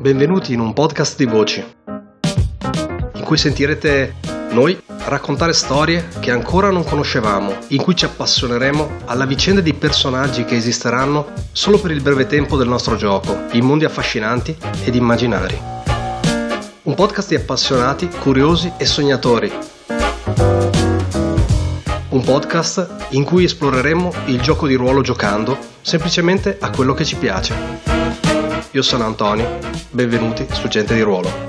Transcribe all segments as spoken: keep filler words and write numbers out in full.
Benvenuti in un podcast di voci, in cui sentirete noi raccontare storie che ancora non conoscevamo, in cui ci appassioneremo alla vicenda di personaggi che esisteranno solo per il breve tempo del nostro gioco, in mondi affascinanti ed immaginari. Un podcast di appassionati, curiosi e sognatori. Un podcast in cui esploreremo il gioco di ruolo giocando semplicemente a quello che ci piace. Io sono Antonio, benvenuti su Gente di Ruolo.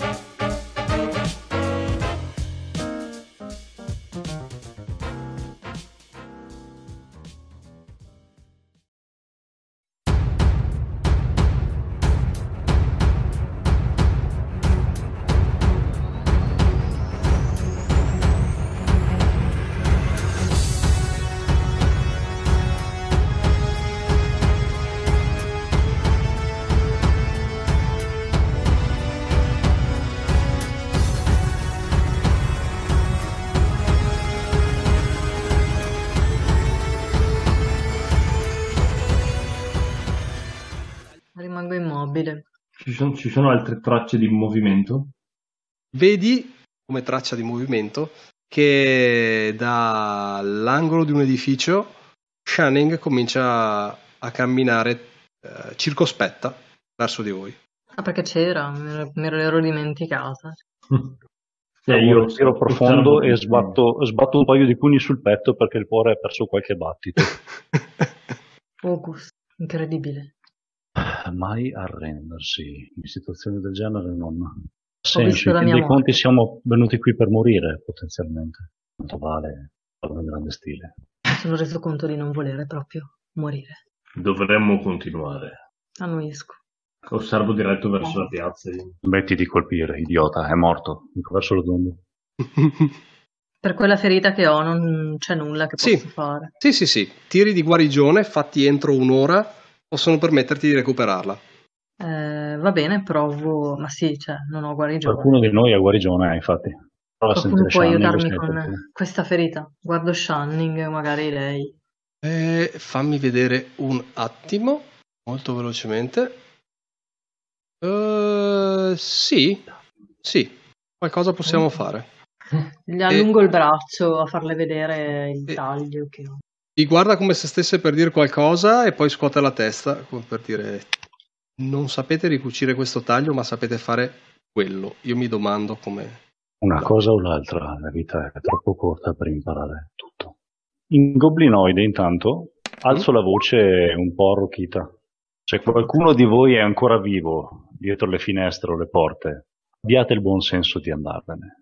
Rimango immobile. Ci sono, ci sono altre tracce di movimento? Vedi come traccia di movimento che dall'angolo di un edificio Channing comincia a camminare eh, circospetta verso di voi. Ah, perché c'era, me lo- me l'ero dimenticata. Cioè, un io respiro profondo e sbatto, sbatto un paio di pugni sul petto perché il cuore ha perso qualche battito. Focus, incredibile. Mai arrendersi in situazioni del genere non ha visto senso. la In fin mia dei morte. conti siamo venuti qui per morire potenzialmente. Quanto vale farlo in grande stile. Mi sono reso conto di non volere proprio morire. Dovremmo continuare. Annuisco. Osservo diretto verso la piazza. Smetti di colpire, idiota, è morto. Dico verso lo zombie. Per quella ferita che ho non c'è nulla che Sì. posso fare. Sì, sì, sì. Tiri di guarigione fatti entro un'ora possono permetterti di recuperarla. Eh, va bene, provo, ma sì, cioè, non ho guarigione. Qualcuno di noi ha guarigione, eh, infatti. Prova a Qualcuno sentire può Channing, aiutarmi se ne con può- questa ferita? Guardo Channing, magari lei. Eh, fammi vedere un attimo, molto velocemente. Eh, sì, sì, qualcosa possiamo fare. Gli allungo il braccio a farle vedere il Eh. taglio che ho. Ti guarda come se stesse per dire qualcosa e poi scuote la testa, come per dire non sapete ricucire questo taglio ma sapete fare quello. Io mi domando come... Una No. cosa o l'altra, la vita è troppo corta per imparare tutto. In goblinoide, intanto, alzo la voce un po' arrocchita. Se qualcuno di voi è ancora vivo, dietro le finestre o le porte, abbiate il buon senso di andarvene.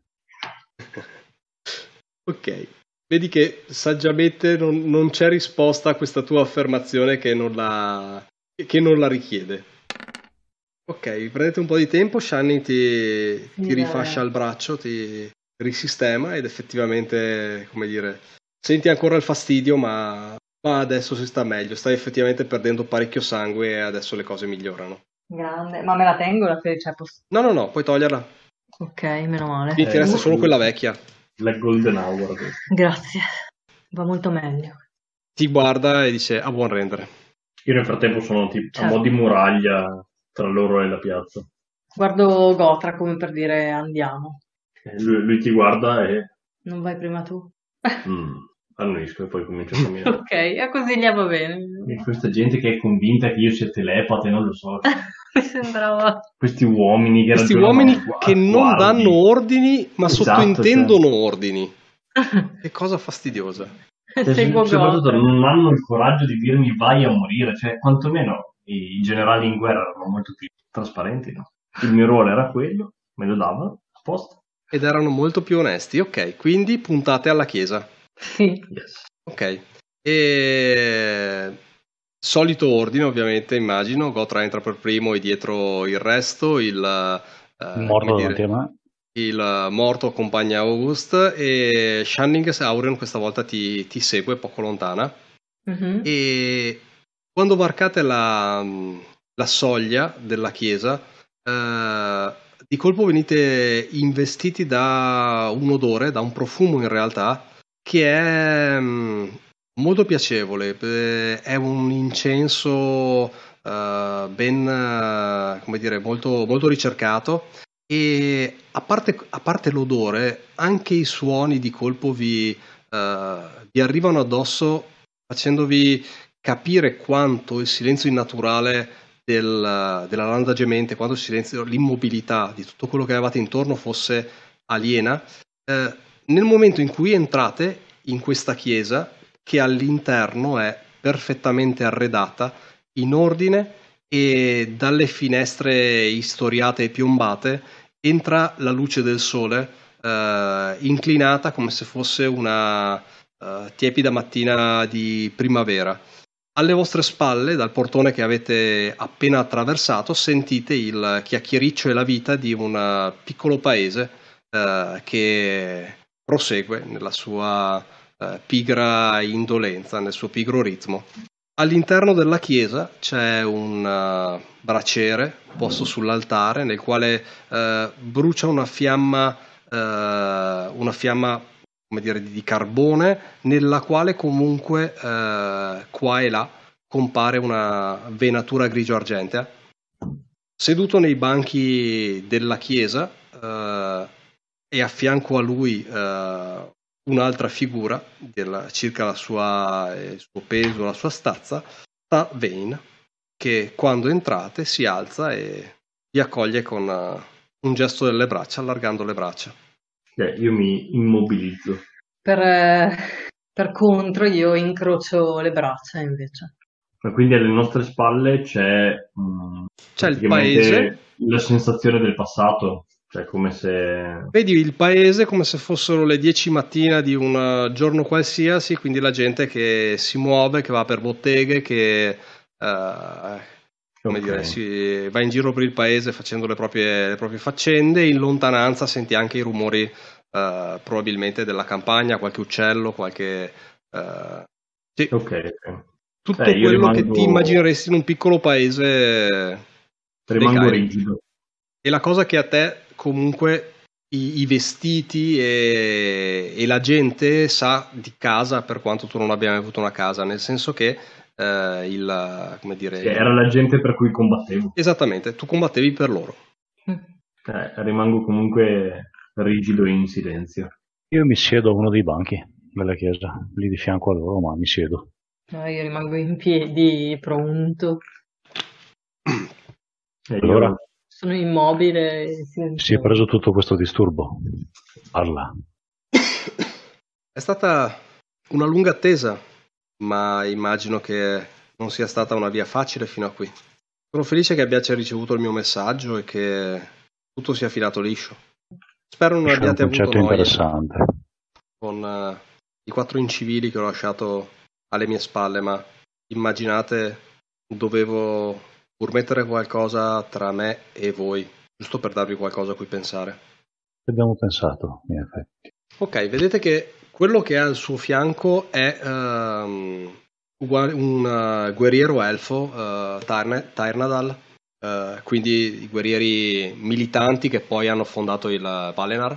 Ok, vedi che saggiamente non, non c'è risposta a questa tua affermazione che non la, che non la richiede. Ok, prendete un po' di tempo, Shani ti, ti Direi. rifascia il braccio, ti risistema ed effettivamente, come dire, senti ancora il fastidio ma, ma adesso si sta meglio, stai effettivamente perdendo parecchio sangue e adesso le cose migliorano. Grande, ma me la tengo la ferita? Cioè, posso- No, no, no, puoi toglierla, Ok, meno male. quindi ti resta Eh, solo quella vecchia. La golden hour. questa. Grazie, va molto meglio. Ti guarda e dice a buon rendere. Io nel frattempo sono tipo a Certo. mo' di muraglia tra loro e la piazza. Guardo Gotra come per dire andiamo. E lui, lui ti guarda e Non vai prima tu? mm, annuisco e poi comincia a camminare. Ok, e così gli va bene. E questa gente che è convinta che io sia telepate, non lo so. Mi sembrava... Questi uomini che Questi ragionano uomini a gua- che non guardi. danno ordini ma Esatto, sottointendono ordini. Che cosa fastidiosa. Cioè, Seguo soprattutto Gotra. non hanno il coraggio di dirmi vai a morire, cioè quantomeno i, i generali in guerra erano molto più trasparenti, no? Il mio ruolo era quello, me lo dava, a posto. Ed erano molto più onesti. Ok, quindi puntate alla chiesa. Sì, Yes. Ok. E... solito ordine ovviamente, immagino. Gotra entra per primo e dietro il resto. Il, eh, Morto come davanti dire, a me. il morto accompagna August e Channing Aureon questa volta ti, ti segue poco lontana. Mhm. E quando varcate la, la soglia della chiesa, eh, di colpo venite investiti da un odore, da un profumo in realtà, che è mm, molto piacevole. Eh, È un incenso uh, ben, uh, come dire, molto, molto ricercato, e a parte, a parte l'odore, anche i suoni di colpo vi, uh, vi arrivano addosso, facendovi capire quanto il silenzio innaturale del, della landa gemente, quanto il silenzio, l'immobilità di tutto quello che avevate intorno fosse aliena. Uh, nel momento in cui entrate in questa chiesa, che all'interno è perfettamente arredata, in ordine, e dalle finestre istoriate e piombate entra la luce del sole, eh, inclinata come se fosse una eh, tiepida mattina di primavera. Alle vostre spalle, dal portone che avete appena attraversato, sentite il chiacchiericcio e la vita di un piccolo paese eh, che prosegue nella sua eh, pigra indolenza, nel suo pigro ritmo. All'interno della chiesa c'è un uh, braciere posto sull'altare nel quale uh, brucia una fiamma, uh, una fiamma, come dire, di carbone, nella quale comunque uh, qua e là compare una venatura grigio-argentea. Seduto nei banchi della chiesa uh, e a fianco a lui uh, un'altra figura del, circa la sua, il suo peso, la sua stazza, sta Vane, che quando entrate si alza e vi accoglie con uh, un gesto delle braccia, allargando le braccia. Eh, io mi immobilizzo. Per, eh, per contro io incrocio le braccia invece. Ma quindi alle nostre spalle c'è, mh, c'è il paese, la sensazione del passato. Cioè, come se... Vedi il paese come se fossero le dieci mattina di un giorno qualsiasi, quindi la gente che si muove, che va per botteghe, che uh, come okay. dire, si va in giro per il paese facendo le proprie, le proprie faccende. In lontananza senti anche i rumori uh, probabilmente della campagna, qualche uccello, qualche... Uh, sì. okay, okay. Tutto eh, quello rimango... che ti immagineresti in un piccolo paese. Rimango rigido. E la cosa che a te comunque i, i vestiti e, e la gente sa di casa, per quanto tu non abbia mai avuto una casa, nel senso che eh, il, come dire, sì, era la gente per cui combattevo. Esattamente, tu combattevi per loro. Eh, rimango comunque rigido e in silenzio. Io mi siedo a uno dei banchi della chiesa, lì di fianco a loro, ma mi siedo. No, io rimango in piedi, pronto. E allora io... sono immobile. Si è preso tutto questo disturbo. Parla. È stata una lunga attesa, ma immagino che non sia stata una via facile fino a qui. Sono felice che abbiate ricevuto il mio messaggio e che tutto sia filato liscio. Spero non C'è abbiate un avuto concetto noia interessante con uh, i quattro incivili che ho lasciato alle mie spalle, ma immaginate, dovevo pur mettere qualcosa tra me e voi, giusto per darvi qualcosa a cui pensare. Abbiamo pensato, in effetti. Ok, vedete che quello che è al suo fianco è um, un uh, guerriero elfo, uh, Tyrne- Tyrnadal, uh, quindi i guerrieri militanti che poi hanno fondato il Valenar,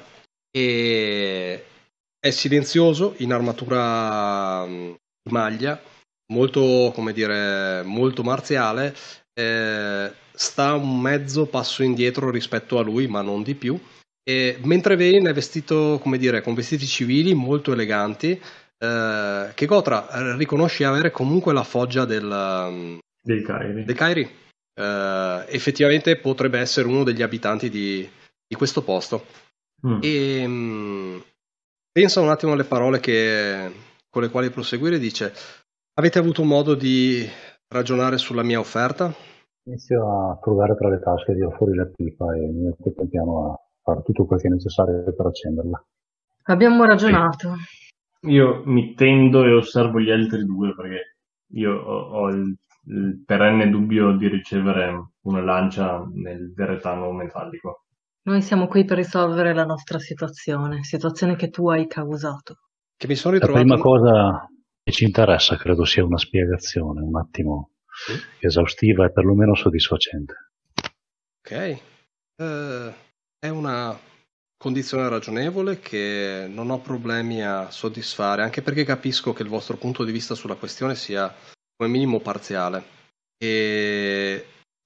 e è silenzioso, in armatura um, di maglia, molto, come dire, molto marziale, eh, sta un mezzo passo indietro rispetto a lui, ma non di più. E mentre Vane è vestito, come dire, con vestiti civili molto eleganti, eh, che Gotra riconosce avere comunque la foggia del, dei Kairi. Dei Kairi. Eh, effettivamente potrebbe essere uno degli abitanti di, di questo posto. Mm. E mh, pensa un attimo alle parole che, con le quali proseguire. Dice: avete avuto modo di ragionare sulla mia offerta? Inizio a frugare tra le tasche, tiro fuori la pipa e mi metto pian piano a fare tutto quel che è necessario per accenderla. Abbiamo ragionato. Io mi tendo e osservo gli altri due, perché io ho, ho il, il perenne dubbio di ricevere una lancia nel veretano metallico. Noi siamo qui per risolvere la nostra situazione, situazione che tu hai causato. Che mi sono La ritrovato... prima cosa che ci interessa credo sia una spiegazione un attimo sì. esaustiva e perlomeno soddisfacente. Ok, uh, è una condizione ragionevole che non ho problemi a soddisfare, anche perché capisco che il vostro punto di vista sulla questione sia come minimo parziale, e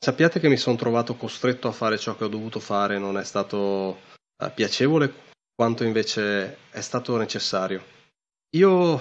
sappiate che mi sono trovato costretto a fare ciò che ho dovuto fare, non è stato eh, piacevole quanto invece è stato necessario. Io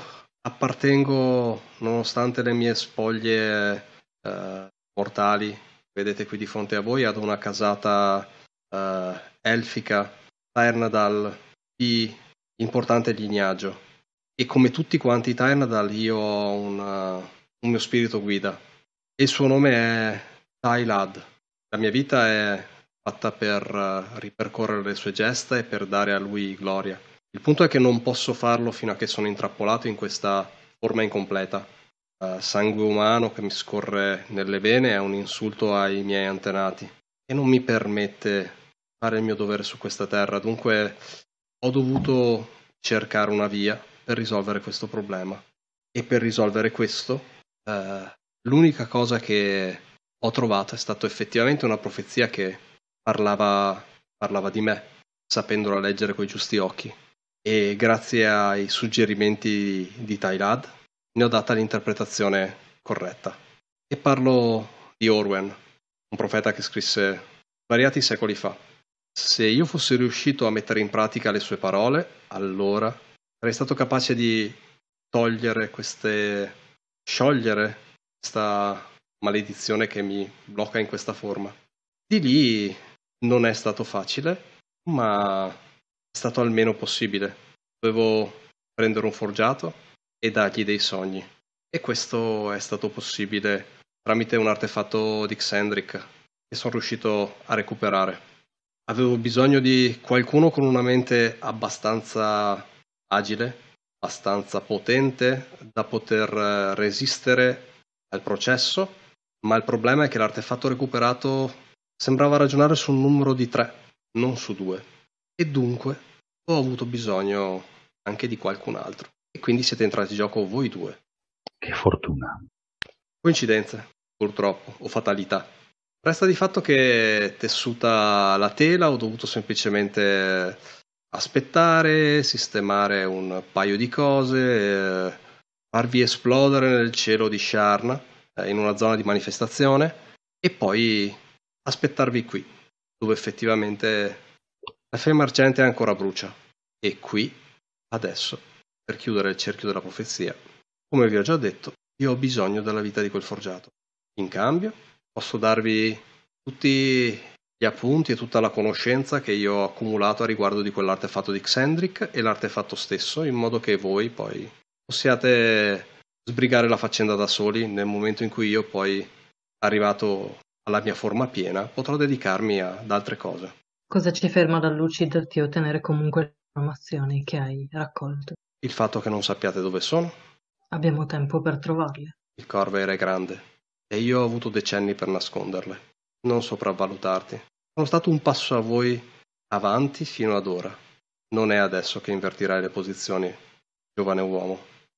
appartengo, nonostante le mie spoglie eh, mortali, vedete qui di fronte a voi, ad una casata eh, elfica, Tairnadal, di importante lignaggio. E come tutti quanti i Tairnadal io ho una- un mio spirito guida. E il suo nome è Tailad. La mia vita è fatta per eh, ripercorrere le sue gesta e per dare a lui gloria. Il punto è che non posso farlo fino a che sono intrappolato in questa forma incompleta. Uh, sangue umano che mi scorre nelle vene è un insulto ai miei antenati e non mi permette fare il mio dovere su questa terra. Dunque ho dovuto cercare una via per risolvere questo problema. E per risolvere questo, uh, l'unica cosa che ho trovato è stata effettivamente una profezia che parlava, parlava di me, sapendola leggere coi giusti occhi. E grazie ai suggerimenti di Tailad ne ho data l'interpretazione corretta. E parlo di Orwen, un profeta che scrisse svariati secoli fa. Se io fossi riuscito a mettere in pratica le sue parole, allora sarei stato capace di togliere queste, sciogliere questa maledizione che mi blocca in questa forma. Di lì non è stato facile, ma è stato almeno possibile. Dovevo prendere un forgiato e dargli dei sogni. E questo è stato possibile tramite un artefatto di Xendrick che sono riuscito a recuperare. Avevo bisogno di qualcuno con una mente abbastanza agile, abbastanza potente da poter resistere al processo, ma il problema è che l'artefatto recuperato sembrava ragionare su un numero di tre, non su due. E dunque ho avuto bisogno anche di qualcun altro. E quindi siete entrati in gioco voi due. Che fortuna. Coincidenze, purtroppo, o fatalità. Resta di fatto che tessuta la tela ho dovuto semplicemente aspettare, sistemare un paio di cose, eh, farvi esplodere nel cielo di Sharn, eh, in una zona di manifestazione, e poi aspettarvi qui, dove effettivamente la fiamma argente ancora brucia. E qui, adesso, per chiudere il cerchio della profezia, come vi ho già detto, io ho bisogno della vita di quel forgiato. In cambio, posso darvi tutti gli appunti e tutta la conoscenza che io ho accumulato a riguardo di quell'artefatto di Xendrick e l'artefatto stesso, in modo che voi poi possiate sbrigare la faccenda da soli nel momento in cui io poi, arrivato alla mia forma piena, potrò dedicarmi ad altre cose. Cosa ci ferma dall'ucciderti e ottenere comunque le informazioni che hai raccolto? Il fatto che non sappiate dove sono? Abbiamo tempo per trovarle. Il Corvair è grande e io ho avuto decenni per nasconderle. Non sopravvalutarti. Sono stato un passo a voi avanti fino ad ora. Non è adesso che invertirai le posizioni, giovane uomo.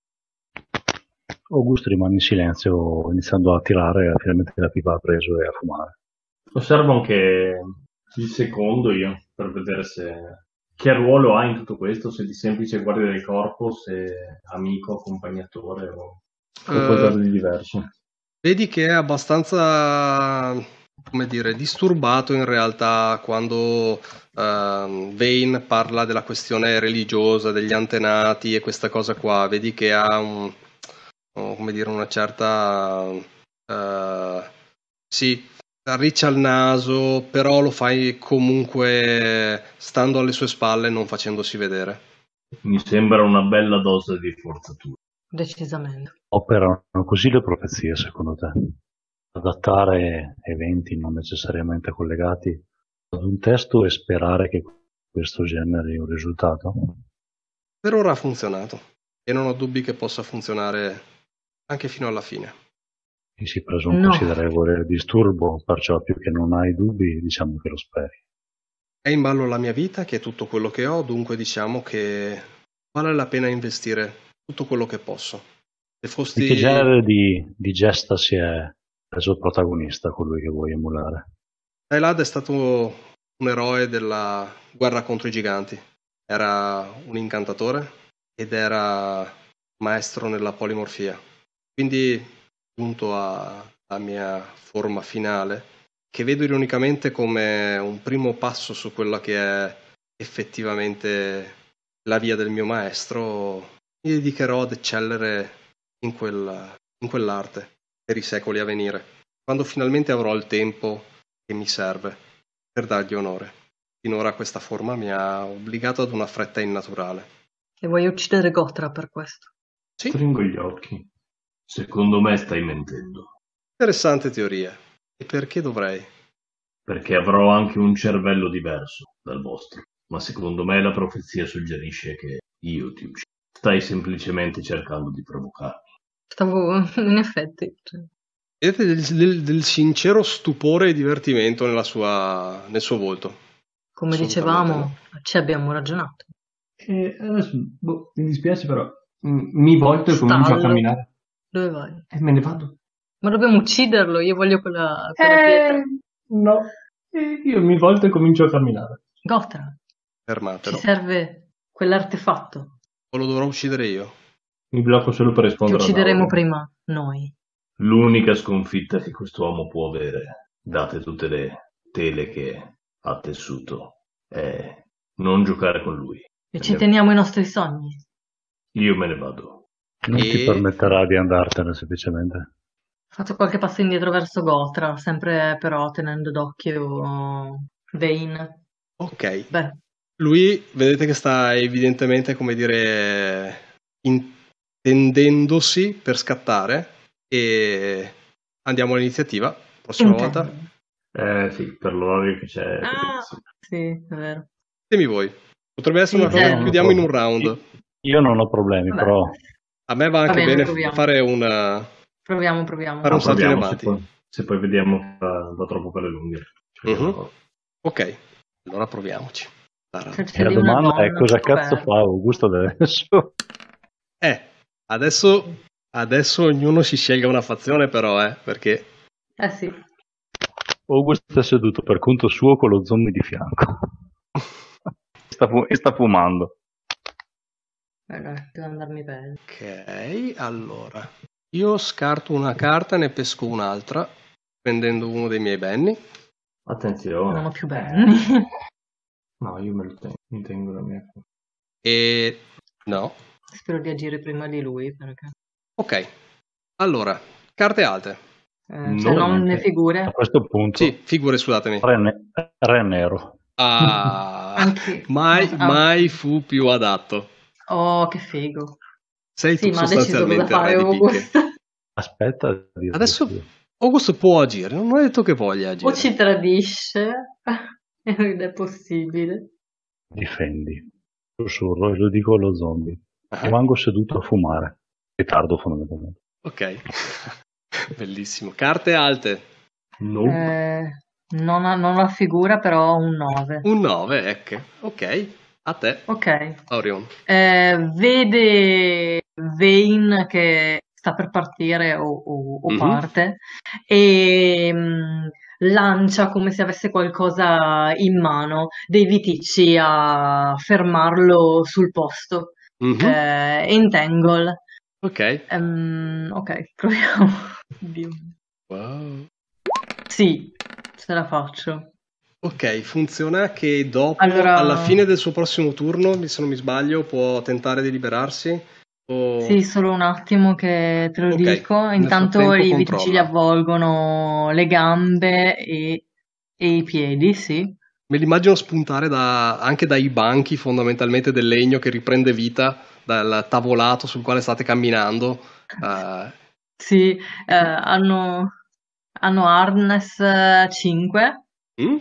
Augusto rimane in silenzio, iniziando a tirare, finalmente la pipa ha preso e a fumare. Osservo anche il secondo io, per vedere se che ruolo ha in tutto questo, se di semplice guardia del corpo, se amico, accompagnatore o, o qualcosa di diverso. Vedi che è abbastanza, come dire, disturbato in realtà quando uh, Vane parla della questione religiosa, degli antenati e questa cosa qua. Vedi che ha un, come dire, una certa... Uh, sì, arriccia il naso, però lo fai comunque stando alle sue spalle, non facendosi vedere. Mi sembra una bella dose di forzatura. Decisamente. Operano così le profezie, secondo te? Adattare eventi non necessariamente collegati ad un testo e sperare che questo generi un risultato? Per ora ha funzionato e non ho dubbi che possa funzionare anche fino alla fine. E si presume un No. considerevole disturbo, perciò più che non hai dubbi, diciamo che lo speri. È in ballo la mia vita, che è tutto quello che ho, dunque diciamo che vale la pena investire tutto quello che posso. Se fossi... Di che genere di, di gesta si è reso protagonista colui che vuoi emulare? Tailad è stato un eroe della guerra contro i giganti. Era un incantatore ed era maestro nella polimorfia. Quindi, giunto alla mia forma finale, che vedo ironicamente come un primo passo su quella che è effettivamente la via del mio maestro, mi dedicherò ad eccellere in, quella, in quell'arte per i secoli a venire, quando finalmente avrò il tempo che mi serve per dargli onore. Finora questa forma mi ha obbligato ad una fretta innaturale. E vuoi uccidere Gotra per questo? Sì, Stringo gli occhi. Secondo me stai mentendo. interessante teoria. E perché dovrei? Perché avrò anche un cervello diverso dal vostro. Ma secondo me la profezia suggerisce che io ti uccido. Stai semplicemente cercando di provocarmi. Stavo, in effetti, cioè, Vedete del, del- del sincero stupore e divertimento nella sua, nel suo volto. come Assolutamente dicevamo, ci abbiamo ragionato. E adesso, boh, mi dispiace però, m- mi volto e comincio a Stallo. camminare. Dove vai? E me ne vado. Ma dobbiamo ucciderlo, io voglio quella, quella Eh, pietra. no. E io mi volto e comincio a camminare. Gotra, ci Fermatelo. serve quell'artefatto. O lo dovrò uccidere io? Mi blocco solo per Ti rispondere ad uccideremo Aurea. prima noi. L'unica sconfitta che quest'uomo può avere, date tutte le tele che ha tessuto, è non giocare con lui. E ci teniamo i nostri sogni. Io me ne vado. Non E- ti permetterà di andartene semplicemente. Faccio qualche passo indietro verso Gotra, sempre però tenendo d'occhio Vane. Ok. Beh, Lui, vedete che sta evidentemente, come dire, intendendosi per scattare e andiamo all'iniziativa. Prossima intendo. volta. Eh sì, per l'orario che c'è. Ah, sì. sì, è vero. Ditemi voi. Potrebbe essere Sì, una cosa certo. che chiudiamo in un round. Io non ho problemi, Vabbè, però A me va Va anche bene, bene proviamo. fare una... proviamo, proviamo. Fare un Ah, salto in proviamo, se avanti. poi, se poi vediamo che va, va troppo per le lunghe. Ci vediamo Mhm. cosa. Ok, allora proviamoci. Tarà. Cioè, c'è e la lì una domanda è donna cosa cazzo scoperta. fa Augusto adesso? Eh, adesso, adesso ognuno si scelga una fazione però, eh, perché... Eh sì, Augusto è seduto per conto suo con lo zombie di fianco. sta fu- e sta fumando. vabbè, devo andarmi bene. Ok, allora. Io scarto una carta e ne pesco un'altra, prendendo uno dei miei benny. Non ho Attenzione. più bene. No, io me lo tengo. Mi tengo la mia. E... no. Spero di agire prima di lui, perché... Ok, allora, carte alte. eh, cioè, No, non non le c'è. figure. A questo punto, Sì, figure, scusatemi. re, ne- re nero. Ah, Anche... mai, ah, mai fu più adatto. Oh, che figo. Sei Sì, tu ma ha deciso cosa sostanzialmente il re fare di picche. Augusto. Aspetta a dirlo Adesso io. Augusto può agire, non ho detto che voglia O agire. ci tradisce, ed è possibile. Difendi. Sussurro e lo dico allo zombie. Ah, Rimango seduto a fumare. Ritardo fondamentalmente. ok, bellissimo. Carte alte, No. Eh, non ha, non ha figura, però un nove. un nove, ecco. Ok, a te, Ok. Orion. Eh, vede Vane che sta per partire o, o- o Mhm. parte e mh, lancia come se avesse qualcosa in mano dei viticci a fermarlo sul posto. Mhm. Eh, Entangle. Ok. Ehm, ok, proviamo. Oddio. Wow. Sì, ce la faccio. Ok, funziona che dopo, Allora- alla fine del suo prossimo turno, se non mi sbaglio, può tentare di liberarsi? O... Sì, solo un attimo che te lo Ok, dico. nel Intanto frattempo i viticci gli controlla. avvolgono le gambe e, e i piedi, sì. Me l'immagino spuntare da- anche dai banchi fondamentalmente del legno che riprende vita dal tavolato sul quale state camminando. Eh, Sì, eh, hanno, hanno harness eh, cinque. mm?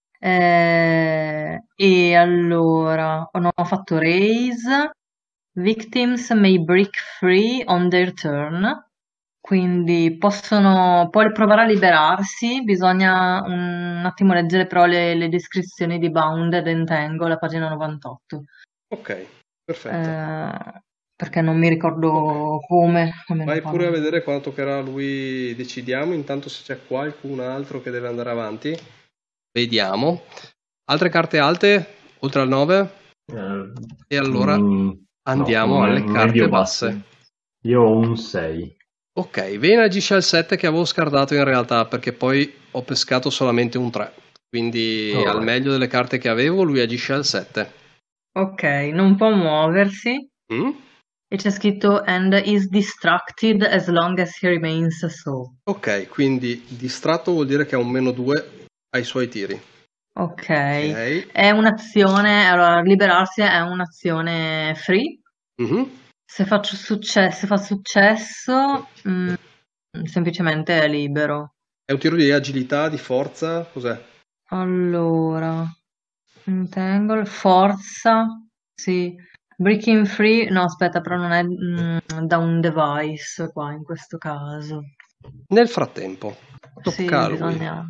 Eh, e allora non ho fatto raise. Victims may break free on their turn. Quindi possono poi provare a liberarsi. Bisogna un attimo leggere però le, le descrizioni di Bounded and Entangle, a pagina novantotto. Ok, perfetto. Eh, perché non mi ricordo come. come Vai ne pure a parlo. vedere quando toccherà a lui, decidiamo. Intanto se c'è qualcun altro che deve andare avanti. Vediamo. Altre carte alte, oltre al nove? Eh, E allora mm, andiamo no, alle me- carte medio basse. basse. Io ho un sei. Ok, Vena agisce al sette che avevo scartato in realtà perché poi ho pescato solamente un tre. Quindi Alright. al meglio delle carte che avevo lui agisce al sette. Ok, non può muoversi Mm? e c'è scritto and is distracted as long as he remains so. Ok, quindi distratto vuol dire che ha un meno due ai suoi tiri. Ok, Ok. è un'azione, allora liberarsi è un'azione free. Mhm. Se faccio successo, se fa successo, mm, semplicemente è libero. È un tiro di agilità, di forza? Cos'è? Allora, entangle, forza, sì. Breaking free, no, aspetta, però non è mm, da un device qua in questo caso. Nel frattempo, Sì, tocca a lui. bisogna.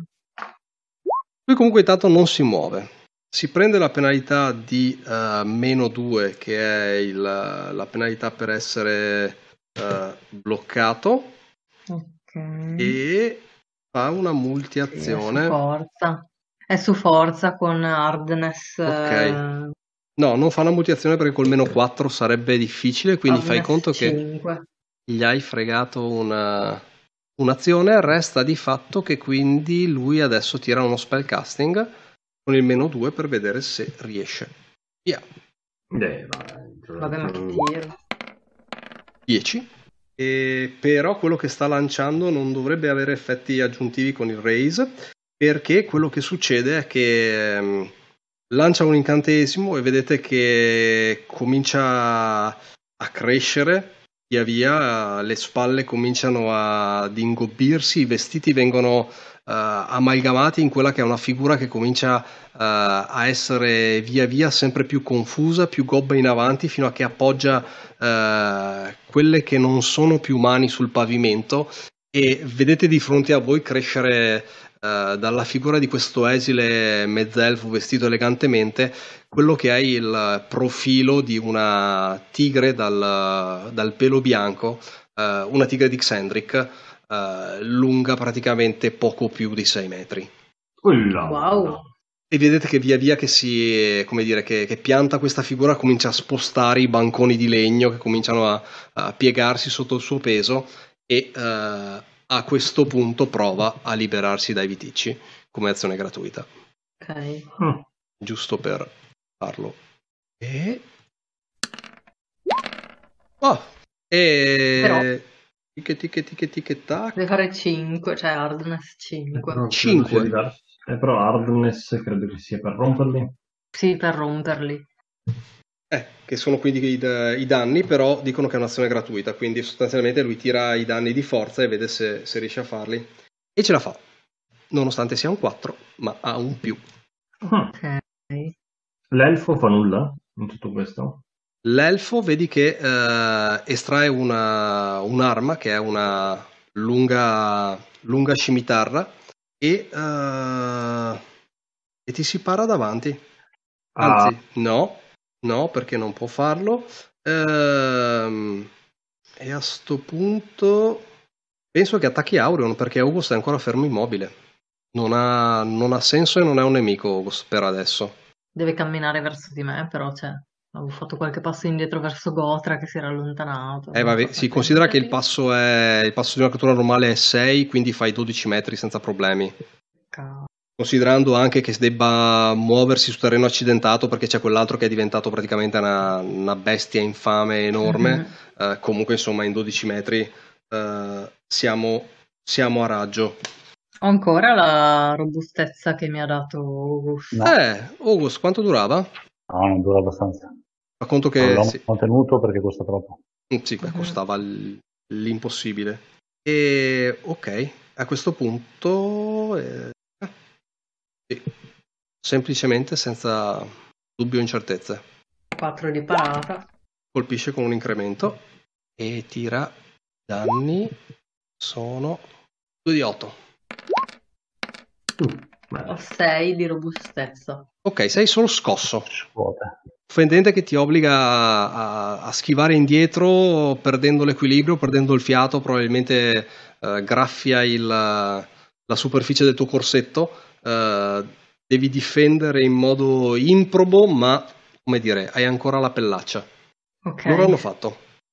Lui comunque intanto non si muove. Si prende la penalità di eh, meno due, che è il- la penalità per essere eh, bloccato, Ok. e fa una Sì, è su multi-azione. forza. È su forza con hardness. Ok. eh, No, non fa una multi-azione perché col meno quattro sarebbe difficile, quindi fai hardness conto che cinque. gli hai fregato una, un'azione, resta di fatto che quindi lui adesso tira uno spellcasting con il meno due per vedere se riesce. Via. Eh, vai, Vabbè, ma che mm, tiro. dieci. E però quello che sta lanciando non dovrebbe avere effetti aggiuntivi con il raise, perché quello che succede è che ehm, lancia un incantesimo e vedete che comincia a crescere via via, le spalle cominciano ad ingobbirsi, i vestiti vengono eh, amalgamati in quella che è una figura che comincia eh, a essere via via sempre più confusa, più gobba in avanti, fino a che appoggia eh, quelle che non sono più mani sul pavimento, e vedete di fronte a voi crescere Uh, dalla figura di questo esile mezzelfo vestito elegantemente quello che è il profilo di una tigre dal, dal pelo bianco, uh, una tigre di Xandric, uh, lunga praticamente poco più di sei metri. Ulla. Wow. E vedete che via via che si, come dire, che, che pianta questa figura, comincia a spostare i banconi di legno che cominciano a, a piegarsi sotto il suo peso, e uh, a questo punto prova a liberarsi dai viticci come azione gratuita. Ok. Mm. Giusto per farlo. E... Oh, Però e... Ticche, ticche, ticche, ticche, tac. deve fare cinque, cioè hardness Eh, cinque. però credo cinque. sia diverso. Eh, però hardness credo che sia per romperli. Sì, per romperli. Eh, che sono quindi i, i danni, però dicono che è un'azione gratuita, quindi sostanzialmente lui tira i danni di forza e vede se, se riesce a farli. E ce la fa, nonostante sia un quattro, ma ha un più. Mm. Ok. L'elfo fa nulla in tutto questo? L'elfo vedi che eh, estrae una, un'arma che è una lunga, lunga scimitarra, e, eh, e ti si para davanti. Ah, Anzi, no, no, perché non può farlo. Ehm, e a sto punto penso che attacchi Aureon, perché August è ancora fermo immobile. Non ha, non ha senso e non è un nemico August per adesso. Deve camminare verso di me, però cioè, avevo fatto qualche passo indietro verso Gotra che si era allontanato. Eh, Non so vabbè, se si hai considera che il capito. passo è il passo di una creatura normale è sei, quindi fai dodici metri senza problemi. Cavolo. Considerando anche che debba muoversi su terreno accidentato perché c'è quell'altro che è diventato praticamente una, una bestia infame enorme, Mhm. eh, comunque insomma in dodici metri eh, siamo, siamo a raggio. Ho ancora la robustezza che mi ha dato August. No, Eh, August, quanto durava? no, non dura abbastanza. Fa conto Non che l'ho sì, mantenuto perché costa troppo. sì, beh, Mhm. costava l- l'impossibile. E ok, a questo punto eh, sì, semplicemente senza dubbio o incertezze. quattro di parata. Colpisce con un incremento e tira danni, sono due di otto. uh, Ho beh. sei di robustezza. Ok, sei solo scosso. Scuote. Fendente che ti obbliga a, a- a schivare indietro, perdendo l'equilibrio, perdendo il fiato, probabilmente eh, graffia il- la superficie del tuo corsetto. eh, devi difendere in modo improbo, ma come dire, hai ancora la pellaccia. Ok. Loro hanno fatto.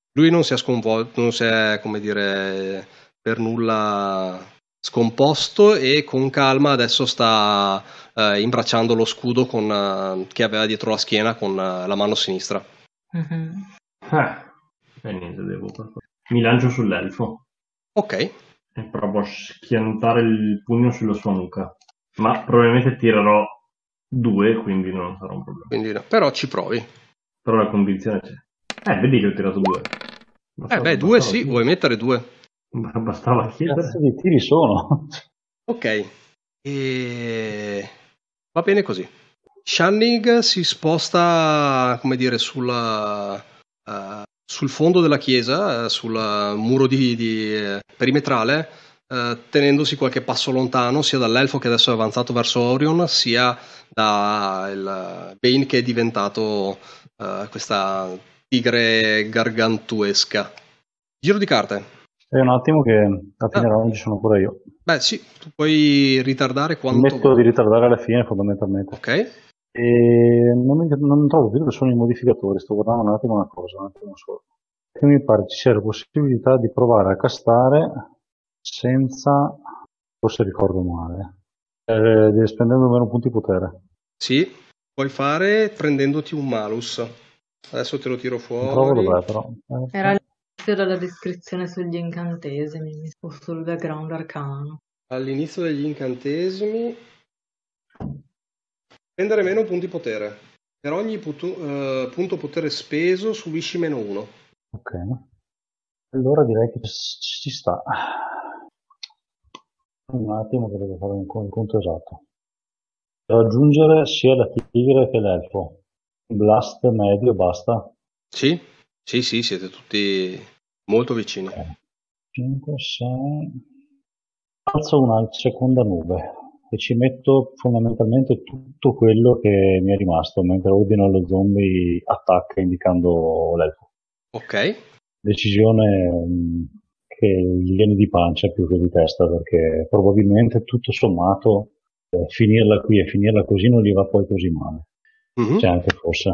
Lui non si è sconvolto, non si è, come dire, per nulla scomposto e con calma adesso sta eh, imbracciando lo scudo con, eh, che aveva dietro la schiena con eh, la mano sinistra. Mhm. Ah, e niente, devo mi lancio sull'elfo Ok, e provo a schiantare il pugno sulla sua nuca. Ma probabilmente tirerò due, quindi non sarà un problema. quindi no. Però ci provi. Però la convinzione c'è. Eh, vedi che ho tirato due. Eh Bastava, beh, due bastava sì, chiedere. vuoi mettere due? Bastava chiedere. Cazzo di tiri sono? Ok, e va bene così. Shanning si sposta, come dire, sulla, eh, sul fondo della chiesa, eh, sul muro di, di, eh, perimetrale, eh, tenendosi qualche passo lontano, sia dall'elfo che adesso è avanzato verso Orion, sia dal Bane che è diventato eh, questa tigre gargantuesca. Giro di carte. È un attimo che a fine Ah, round ci sono ancora io. beh sì, tu puoi ritardare quanto Metto vuoi. di ritardare alla fine fondamentalmente. Ok? E non, non trovo più dove sono i modificatori, sto guardando un attimo una cosa, un attimo solo. Che mi pare ci sia la possibilità di provare a castare senza, forse ricordo male, eh, spendendo meno punti potere. Sì, puoi fare prendendoti un malus. Adesso te lo tiro Non trovo fuori. dov'è però. Eh, Era all'inizio della descrizione sugli incantesimi, mi sposto sul background arcano. All'inizio degli incantesimi, prendere meno punti potere. Per ogni putu- eh, punto potere speso subisci meno uno. Ok. Allora direi che ci sta. Un attimo che devo fare un co- il conto esatto. Per aggiungere sia la tigre che l'elfo. Blast medio basta. Sì? Sì, sì, siete tutti molto vicini. cinque, sei. Alzo una seconda nube e ci metto fondamentalmente tutto quello che mi è rimasto mentre ordino allo zombie attacca indicando l'elfo. Ok. Decisione mh, che gli viene di pancia più che di testa perché probabilmente tutto sommato eh, finirla qui e finirla così non gli va poi così male. Mhm. C'è anche forse.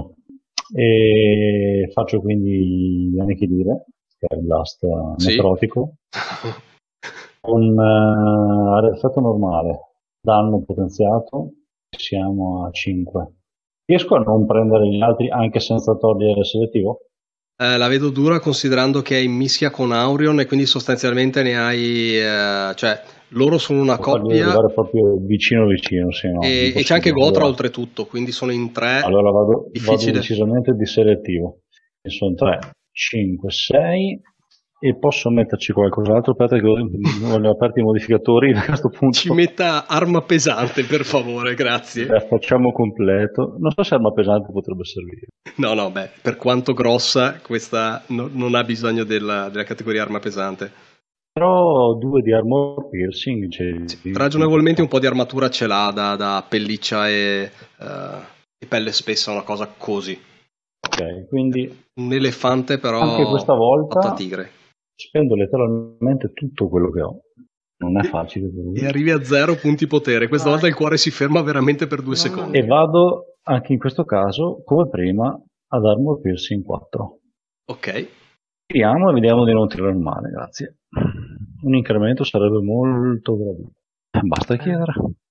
E faccio quindi gli anichilire, che è il blast Sì. necrotico, con uh, effetto normale, danno potenziato, siamo a cinque. Riesco a non prendere gli altri anche senza togliere il selettivo? Eh, la vedo dura considerando che è in mischia con Aurion e quindi sostanzialmente ne hai, eh, cioè loro sono una Devo farli coppia arrivare proprio vicino vicino, sì, no, e, e c'è anche impossibile. Gotra Allora, oltretutto, quindi sono in tre. allora vado, vado Difficile. decisamente di selettivo. E sono tre, cinque, sei e posso metterci qualcos'altro. Aspetta che voglio aperti i modificatori a questo punto. Ci metta arma pesante, per favore, grazie. Beh, facciamo completo. Non so se arma pesante potrebbe servire. No, no, beh, per quanto grossa, questa no- non ha bisogno della, della categoria arma pesante. Però due di armor piercing. Cioè, Sì, ragionevolmente un po' di armatura ce l'ha da, da pelliccia e, eh, e pelle spessa, una cosa così. Ok, quindi Un elefante però anche questa volta fatto a tigre. spendo letteralmente tutto quello che ho. Non è E- facile per lui. E arrivi a zero punti potere. Questa Vai. volta il cuore si ferma veramente per due Mamma secondi. E vado anche in questo caso, come prima, ad armor piercing quattro. Ok. Tiriamo e vediamo di non tirare male, grazie. Un incremento sarebbe molto gradito. Basta chiedere.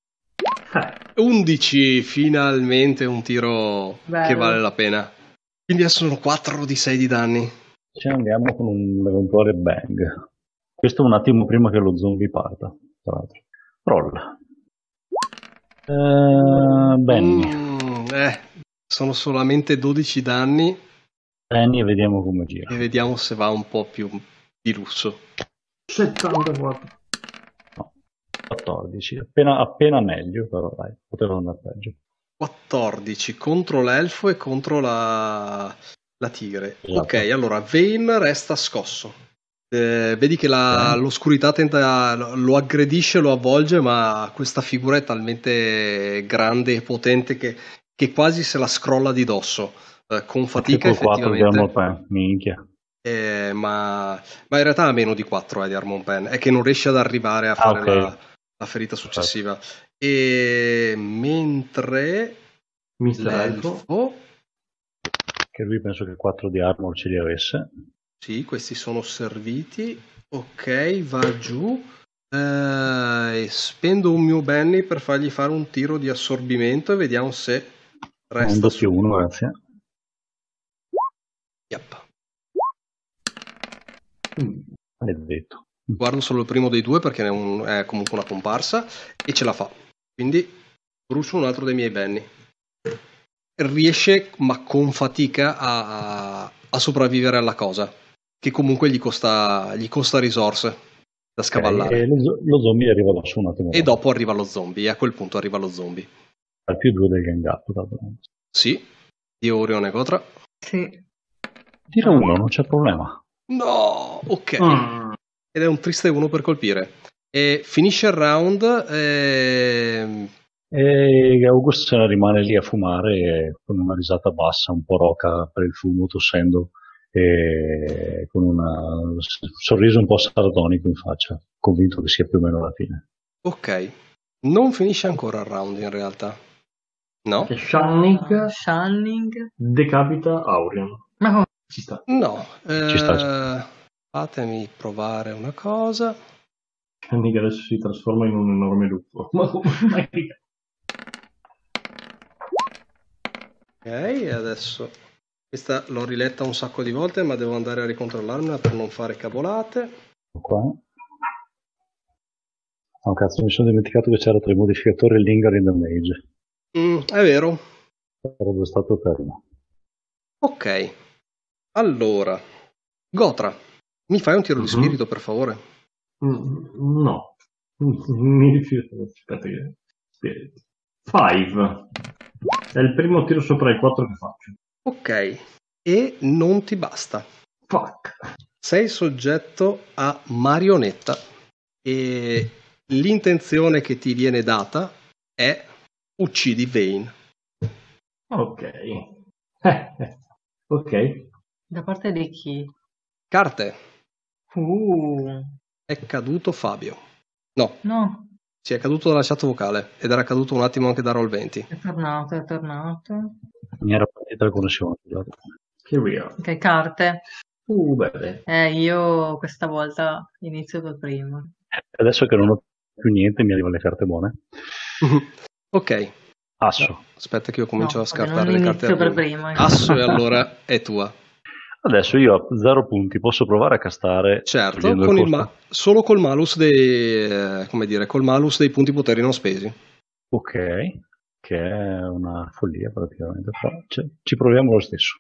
undici, finalmente un tiro Bello. che vale la pena. Quindi adesso sono quattro di sei di danni. Ci andiamo con un eventuale bang. Questo un attimo prima che lo zombie parta, tra l'altro. Roll. Eh, Benny. Mm, eh, sono solamente dodici danni Benny e vediamo come gira. e vediamo se va un po' più di lusso. settantaquattro. No, quattordici. Appena, appena meglio, però dai, poteva andare peggio. quattordici contro l'elfo e contro la, la tigre. Esatto. Ok, allora Vane resta scosso. Eh, vedi che la- Ok. l'oscurità tenta, lo aggredisce, lo avvolge, ma questa figura è talmente grande e potente che, che quasi se la scrolla di dosso, eh, con fatica Anche col quattro di effettivamente. armor pen, minchia. Eh, ma, ma in realtà ha meno di quattro eh, di Armor Pen, è che non riesce ad arrivare a Ah, fare ok. la, la ferita successiva. E mentre Mister Elfo. l'elfo Che lui penso che quattro di armor ce li avesse. Sì, questi sono serviti. Ok, va giù. Eh, spendo un mio Benny per fargli fare un tiro di assorbimento e vediamo se resta un doppio su. uno, grazie. Yep. Maledetto. Guardo solo il primo dei due perché è, un, è comunque una comparsa e ce la fa. Quindi brucio un altro dei miei Benny. Riesce, ma con fatica, a, a sopravvivere alla cosa, che comunque gli costa, gli costa risorse da scavallare. Okay, e lo, lo zombie arriva da su un attimo. E dopo arriva lo zombie, e a quel punto arriva lo zombie. Al più due del gang up. Sì, di Orione Gotra. Sì. Tira uno, non c'è problema. No, ok. Mm. Ed è un triste uno per colpire. E finisce il round. E... E August se ne rimane lì a fumare con una risata bassa, un po' roca per il fumo, tossendo, e con un sorriso un po' sardonico in faccia, convinto che sia più o meno la fine. Ok, non finisce ancora il round in realtà. No? Che Shanning Shanning. decapita Aurion. Ma come? Ci sta. No. Ci sta. Eh, fatemi provare una cosa. Shanning adesso si trasforma in un enorme lupo. Ma come mai? Ok, e adesso questa l'ho riletta un sacco di volte, ma devo andare a ricontrollarmela per non fare cavolate. Qua. Oh cazzo, mi sono dimenticato che c'era tra i modificatori Lingering Damage. Mm, è vero. Sarebbe stato carino. Ok, allora Gotra, mi fai un tiro Mhm. di spirito per favore? Mm, no. Mi rifiuto. Aspetta che... Spirit. Five. È il primo tiro sopra i quattro che faccio. Ok, e non ti basta. Fuck. Sei soggetto a marionetta e l'intenzione che ti viene data è uccidi Vane. Ok. Eh, eh. Ok. Da parte di chi? Carte, Uh, è caduto Fabio. No, no, sì, è caduto dalla chat vocale ed era caduto un attimo anche da Roll venti. è tornato, è tornato. Mi era partita la connessione. Scusate. Here we are. Ok, carte. Uh, bene. Eh, io questa volta inizio per primo. Adesso che non ho più niente mi arrivano le carte buone. Ok, Asso. aspetta che io comincio No, a vabbè, scartare non le carte. inizio per arrivo. primo, eh. Asso e allora è tua. Adesso io a zero punti posso provare a castare Certo, togliendo con il il costo? ma- solo col malus dei eh, come dire, col malus dei punti poteri non spesi. Ok, che è una follia praticamente, però cioè, ci proviamo lo stesso.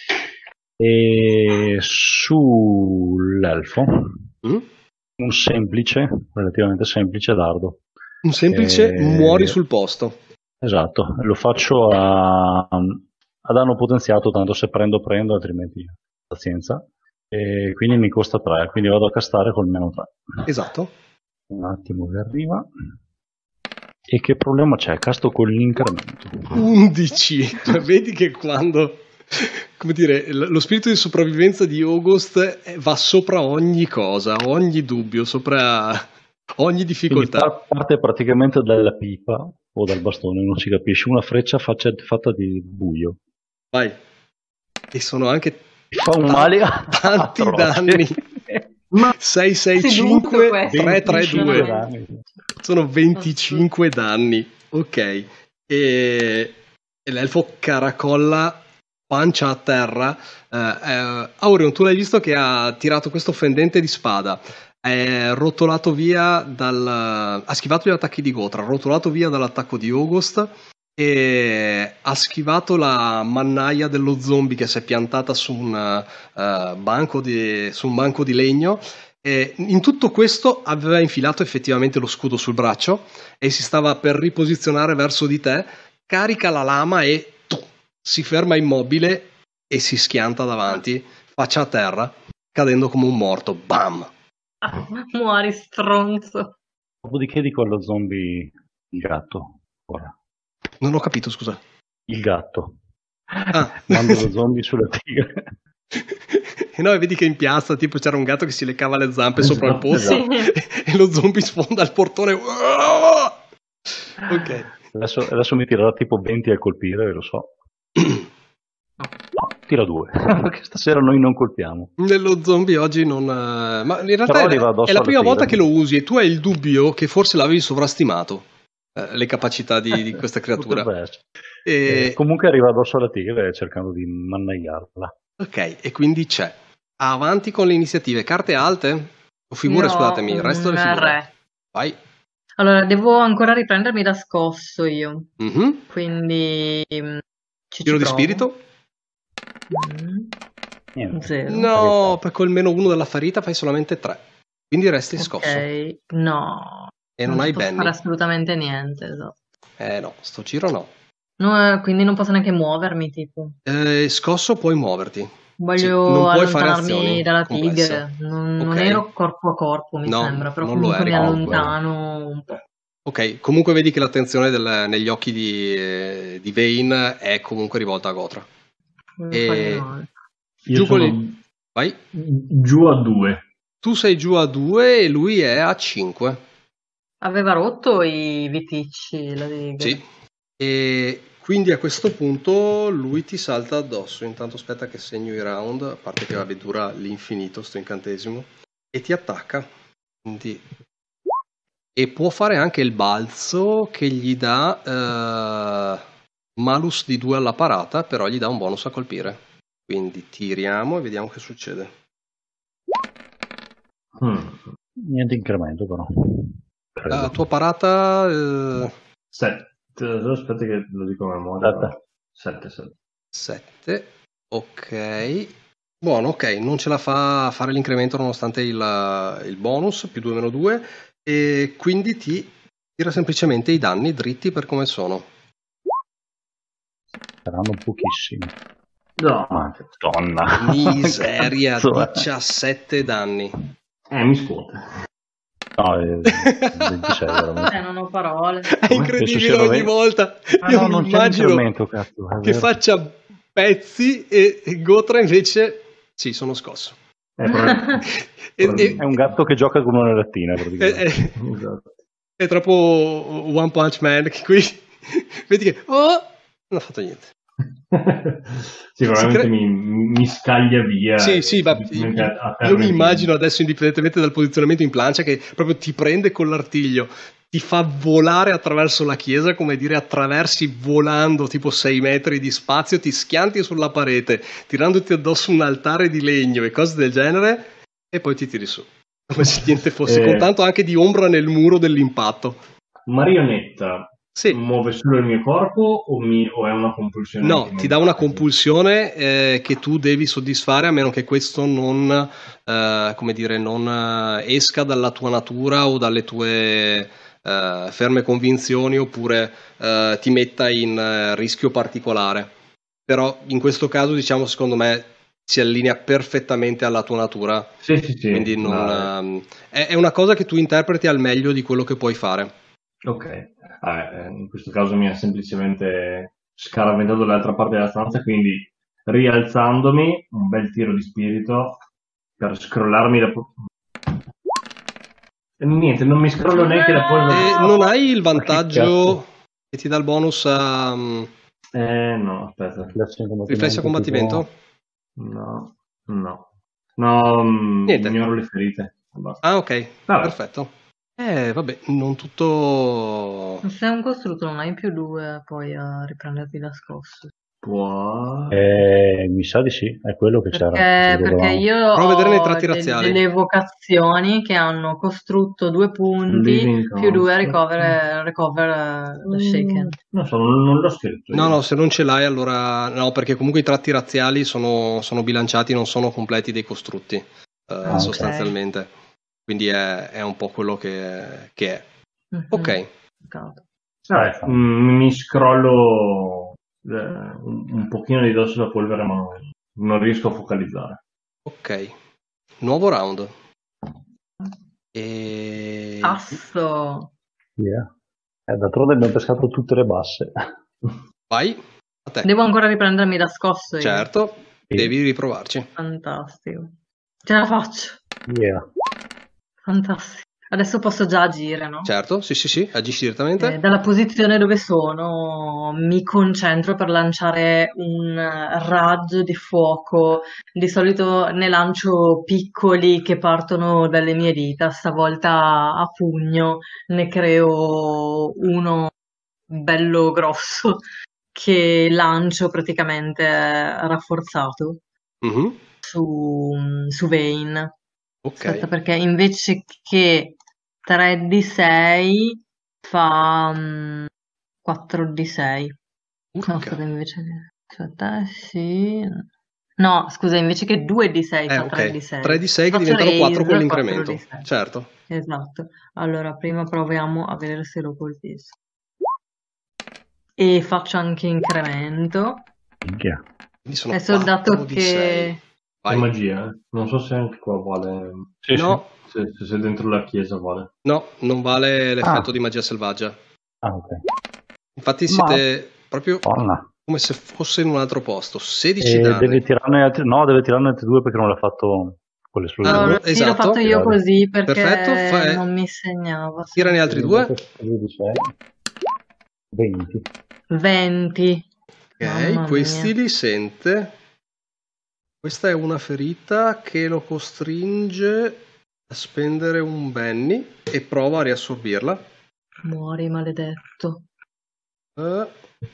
E sull'elfo Mm? un semplice, relativamente semplice dardo. Un semplice Eh, muori sul posto. Esatto, lo faccio a, a danno potenziato, tanto se prendo prendo, altrimenti pazienza. E quindi mi costa tre, quindi vado a castare col meno tre. Esatto. Un attimo che arriva. E che problema c'è? Casto con l'incremento. undici. Vedi che quando, come dire, l- lo spirito di sopravvivenza di August eh, va sopra ogni cosa, ogni dubbio, sopra ogni Quindi difficoltà. par- parte praticamente dalla pipa o dal bastone, non si capisce, una freccia faccia- fatta di buio. Vai. E sono anche Fa un male tanti atroce. danni. sei sei cinque questo. tre tre venticinque due. danni. Sono venticinque danni. Ok. E, e l'elfo caracolla pancia a terra. Eh, eh, Aurion, tu l'hai visto che ha tirato questo fendente di spada. È rotolato via dal. Ha schivato gli attacchi di Gotra, rotolato via dall'attacco di August e ha schivato la mannaia dello zombie che si è piantata su un, uh, banco, di, su un banco di legno. E in tutto questo aveva infilato effettivamente lo scudo sul braccio e si stava per riposizionare verso di te, carica la lama e tu, si ferma immobile e si schianta davanti, faccia a terra, cadendo come un morto. Bam! Muori, stronzo. Dopodiché dico allo zombie il gatto. Ora. Non ho capito, scusa. Il gatto. Ah. Mando lo zombie sulla tigre. E no, vedi che in piazza tipo c'era un gatto che si leccava le zampe sopra il pozzo Sì. e lo zombie sfonda il portone. Ok. Adesso, adesso mi tirerà tipo venti a colpire, lo so. No, tira due, perché stasera noi non colpiamo. Nello zombie oggi non... eh, Ma in realtà Però è, arriva è addosso la alla prima volta tira. che lo usi e tu hai il dubbio che forse l'avevi sovrastimato, eh, le capacità di, di questa creatura. Potrebbe essere. E... Eh, comunque arriva addosso alla tigre cercando di mannaiarla. Ok, e quindi c'è. Avanti con le iniziative. Carte alte? O figure, Io ho scusatemi, il resto un delle figure. re. Vai. Allora, devo ancora riprendermi da scosso io, Mhm. quindi mm, ci, Tiro ci di provo. spirito? Mm, Niente. zero. No, per quel meno uno della ferita fai solamente tre. Quindi resti scosso. Ok, no. E non Non hai ci posso Benny. fare assolutamente niente, esatto. Eh no, sto giro no. No, eh, quindi non posso neanche muovermi, tipo. Eh, scosso puoi muoverti. Sì, Voglio non puoi fare allontanarmi azioni dalla complesse. tigre. Non, non Ok. ero corpo a corpo, mi No, sembra, però non lo comunque eri mi comunque. allontano un po'. Ok, comunque vedi che l'attenzione del- negli occhi di, eh, di Vane è comunque rivolta a Gotra. Non E- fargli male. Io Giù con sono il- Vai. giù a due. Tu sei giù a due e lui è a cinque. Aveva rotto i viticci, la tigre. Sì. E quindi a questo punto lui ti salta addosso. Intanto aspetta che segno i round, a parte che vabbè dura l'infinito sto incantesimo, e ti attacca. Quindi... E può fare anche il balzo che gli dà eh, malus di due alla parata, però gli dà un bonus a colpire. Quindi tiriamo e vediamo che succede. Mm. Niente incremento però. Credo. La tua parata... eh, Sette. Aspetta che lo dico a memoria. Sette. Sette, sette. sette. Ok. Buono, ok. Non ce la fa a fare l'incremento nonostante il, il bonus, più due meno due. E quindi ti tira semplicemente i danni dritti per come sono. Saranno pochissimi. No. Madonna. Miseria, Cazzo è? diciassette danni. Eh, mi scuote. No, è ventisei veramente. Eh, non ho parole. È Penso incredibile siano ogni venti. volta. Ah, Io no, mi non c'è immagino l'incremento, cazzo. è che vero. faccia pezzi e, e Gotra invece... Sì, sono scosso. Eh, però- E- e- È un gatto che gioca con una lattina, è, praticamente. è- Esatto. è troppo One Punch Man che qui vedi che oh, non ha fatto niente. Sicuramente Si cre- mi, mi scaglia via. Sì, e sì, ma semplicemente io, a- a io mi terra immagino adesso, indipendentemente dal posizionamento in plancia, che proprio ti prende con l'artiglio, ti fa volare attraverso la chiesa, come dire, attraversi volando tipo sei metri di spazio, ti schianti sulla parete, tirandoti addosso un altare di legno e cose del genere, e poi ti tiri su. Come se niente fosse, Eh. con tanto anche di ombra nel muro dell'impatto. Marionetta Sì. muove solo il mio corpo o, mi, o è una compulsione? No, anche ti dà una mentale? compulsione eh, che tu devi soddisfare a meno che questo non, eh, come dire, non eh, esca dalla tua natura o dalle tue eh, ferme convinzioni oppure eh, ti metta in eh, rischio particolare. Però in questo caso, diciamo, secondo me si allinea perfettamente alla tua natura. Sì, sì, sì. Quindi non, No, ehm, è, è una cosa che tu interpreti al meglio di quello che puoi fare. ok. Ah, eh, in questo caso mi ha semplicemente scaraventato dall'altra parte della stanza, quindi rialzandomi, un bel tiro di spirito per scrollarmi da... po- E niente, non mi scrollo neanche da polvere. E non hai il Ma che vantaggio che ti dà il bonus a mm, Eh, no, aspetta. Riflessi in combattimento, riflessi a combattimento? tipo- No, no. No, mm, Niente. ignoro le ferite. Basta. Ah, ok, Vabbè. perfetto. Eh, vabbè, non tutto... Se sei un costrutto non hai più due poi a riprenderti da scosso. Può... Eh, mi sa di sì, è quello che c'era. Perché, che perché dovevamo. io Prova a vedere nei ho tratti de- razziali. delle evocazioni che hanno costrutto due punti Living più due construct. recover, recover eh, the shaken. Non so, non, non l'ho scritto. No, io. no, se non ce l'hai allora... No, perché comunque i tratti razziali sono, sono bilanciati, non sono completi dei costrutti, eh, Ah, ok. sostanzialmente. Quindi è, è un po' quello che, che è. Mhm. Ok, Peccato. Vabbè, mm, mi scrollo eh, un, un pochino di dosso da polvere, ma non, non riesco a focalizzare. ok. Nuovo round. E... Tasso. Yeah. Eh, d'altronde abbiamo pescato tutte le basse. Vai, a te. Devo ancora riprendermi da scosso io. Certo, Sì. devi riprovarci. Fantastico. Ce la faccio. Yeah. Fantastico. Adesso posso già agire, no? Certo, sì, sì, sì, agisci Eh, direttamente. dalla posizione dove sono mi concentro per lanciare un raggio di fuoco. Di solito ne lancio piccoli che partono dalle mie dita, stavolta a pugno ne creo uno bello grosso che lancio praticamente rafforzato Mhm. su, su Vayne. Ok, Aspetta, perché invece che tre di sei fa mm, quattro di sei. No, urca. aspetta, invece aspetta, eh, sì. No, scusa, invece che due di sei Eh, fa tre di ok, tre sei. di sei Se che faccio diventano quattro con raise, quattro di l'incremento. sei. Certo. Esatto. Allora, prima proviamo a vedere se lo colpisco. E faccio anche incremento. Minchia. Quindi sono Adesso quattro dato di sei. che... È Vai. magia, eh? Non so se anche qua vale. Sì, sì. No, Se, se sei dentro la chiesa vale. no, non vale l'effetto Ah, di magia selvaggia. ah, ok. Infatti Ma, siete proprio buona. come se fosse in un altro posto. sedici E deve danni. tirarne altri... No, deve tirarne altri due perché non l'ha fatto con Ah, l'esplosione. Allora, no, sì, l'ho fatto esatto. io così Perfetto. perché Fa- non mi segnava. Sì. tirane altri Quindi due. dopo due di sei, venti. venti. Ok, Mamma mia. questi li sente. Questa è una ferita che lo costringe a spendere un Benny e prova a riassorbirla. Muori, maledetto. Eh,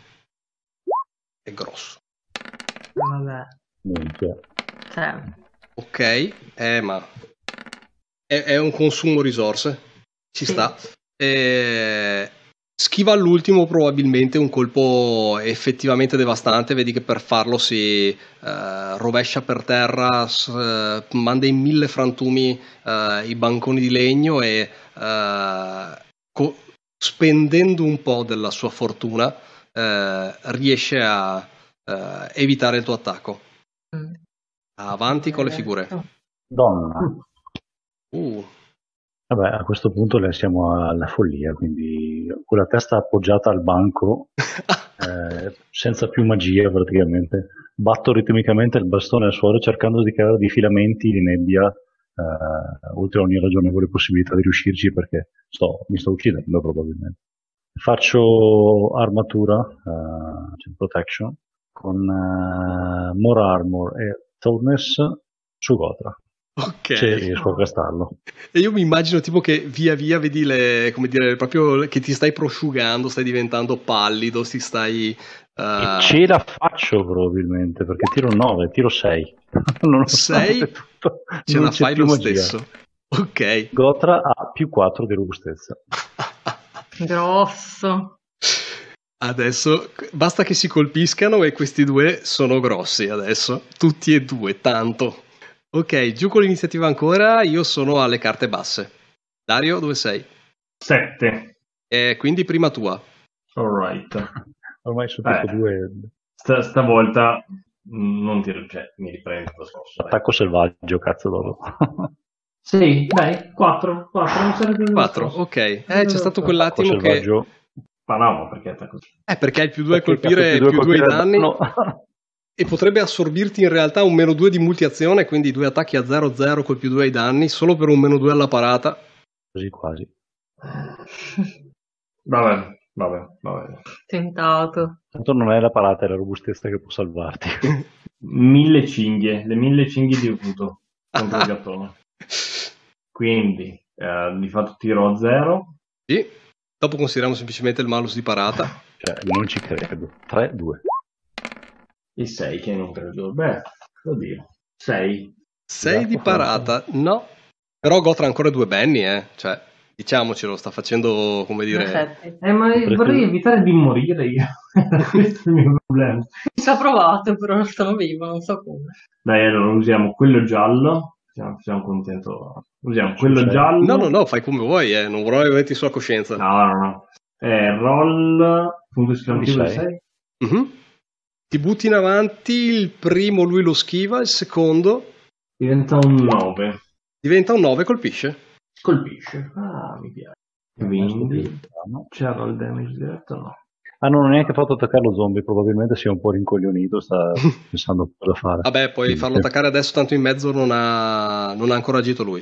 è grosso. Vabbè. Minchia. Cioè, Ok, eh, ma è, è un consumo risorse. Ci sì. sta. Eh, schiva all'ultimo probabilmente un colpo effettivamente devastante. Vedi che per farlo si eh, rovescia per terra, s- eh, manda in mille frantumi eh, i banconi di legno e eh, co- spendendo un po' della sua fortuna eh, riesce a eh, evitare il tuo attacco. Mm. Avanti con le figure. Maledetto. Donna. Uh, Vabbè, a questo punto le siamo alla follia, quindi con la testa appoggiata al banco, eh, senza più magia praticamente, batto ritmicamente il bastone al suolo cercando di creare dei filamenti di nebbia, eh, oltre a ogni ragionevole possibilità di riuscirci perché sto, mi sto uccidendo probabilmente. Faccio armatura, eh, cioè protection, con eh, more armor e toughness su Gotra. ok. Se riesco a castarlo. E io mi immagino tipo che via via vedi le, come dire, proprio che ti stai prosciugando, stai diventando pallido, ti stai... E Uh, ce la faccio probabilmente perché tiro nove, tiro sei. Nonostante sei, tutto, ce non la c'è fai più lo magia. stesso. Ok. Gotra ha più quattro di robustezza. Grosso. Adesso basta che si colpiscano e questi due sono grossi adesso, tutti e due, tanto. Ok, giù con l'iniziativa ancora, io sono alle carte basse. Dario, dove sei? sette. E quindi prima tua. Alright. Ormai su Eh, tipo due sta, stavolta mh, non ti cioè, mi riprendo la scorsa. attacco selvaggio, cazzo dopo. Sì, dai, quattro. quattro, non sarebbe più quattro, ok. Eh, c'è stato quell'attimo Attacco che... selvaggio. Ma no, ma perché attacco? Eh, perché hai più due a Perché cazzo colpire più due più due i colpire danni danno? e potrebbe assorbirti in realtà un meno due di multiazione, quindi due attacchi a zero zero col più due ai danni, solo per un meno due alla parata. Così quasi. Vabbè, vabbè, vabbè. Tentato. Tanto non è la parata, è la robustezza che può salvarti. Mille cinghie, le mille cinghie di avuto contro il gattone. Quindi, eh, di fatto tiro a zero. Sì. Dopo consideriamo semplicemente il malus di parata. Cioè, non ci credo. tre due. E sei che non credo. Beh, oddio. sei. sei di parata, no. Però Gotra ha ancora due Benny, eh. Cioè, diciamocelo, sta facendo, come dire... Eh, ma vorrei evitare di morire io. Questo è il mio problema. Ci ho provato, però non sono vivo, non so come. Dai, allora usiamo quello giallo. Siamo, siamo contento. Usiamo quello sei. giallo. No, no, no, fai come vuoi, eh. Non vorrei avere sulla coscienza. No, no, no. Eh, roll. Punto esclamativo sei. sei. Mm-hmm. Ti butti in avanti, il primo lui lo schiva, il secondo... Diventa un nove. Diventa un nove, colpisce. Colpisce. Ah, mi piace. Quindi c'era il damage diretto? No. Ah, non ho neanche fatto attaccare lo zombie, probabilmente sia un po' rincoglionito, sta pensando cosa fare. Vabbè, puoi Quindi, farlo sì. attaccare adesso, tanto in mezzo non ha, non ha ancora agito lui.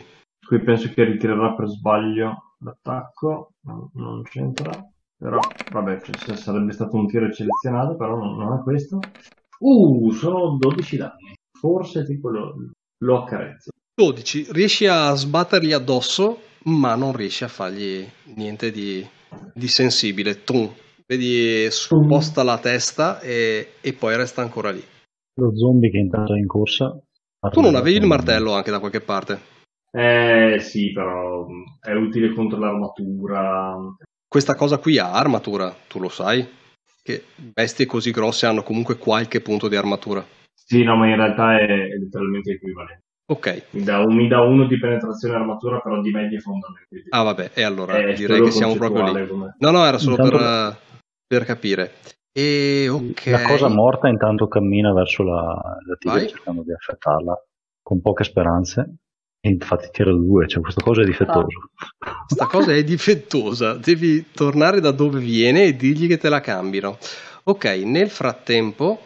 Qui penso che ritirerà per sbaglio l'attacco, no, non c'entra, però vabbè, cioè, sarebbe stato un tiro selezionato, però non, non è questo. Uh, sono dodici danni, forse tipo lo, lo accarezzo. dodici, riesci a sbattergli addosso, ma non riesci a fargli niente di, di sensibile. Tum, vedi, sposta la testa e, e poi resta ancora lì. Lo zombie che intanto è in corsa. Tu non avevi il martello anche da qualche parte? Eh sì, però è utile contro l'armatura. Questa cosa qui ha armatura, tu lo sai? Che bestie così grosse hanno comunque qualche punto di armatura. Sì, no, ma in realtà è, è letteralmente equivalente. Ok. Mi dà, un, mi dà uno di penetrazione armatura, però di medie fondamenti. Ah vabbè, e allora è direi che siamo proprio lì. Come... No, no, era solo intanto... per, per capire. E ok. La cosa morta intanto cammina verso la, la tigre cercando di affettarla con poche speranze. E infatti tira due, cioè questa cosa è difettosa. Questa cosa è difettosa, devi tornare da dove viene e dirgli che te la cambino. Ok, nel frattempo...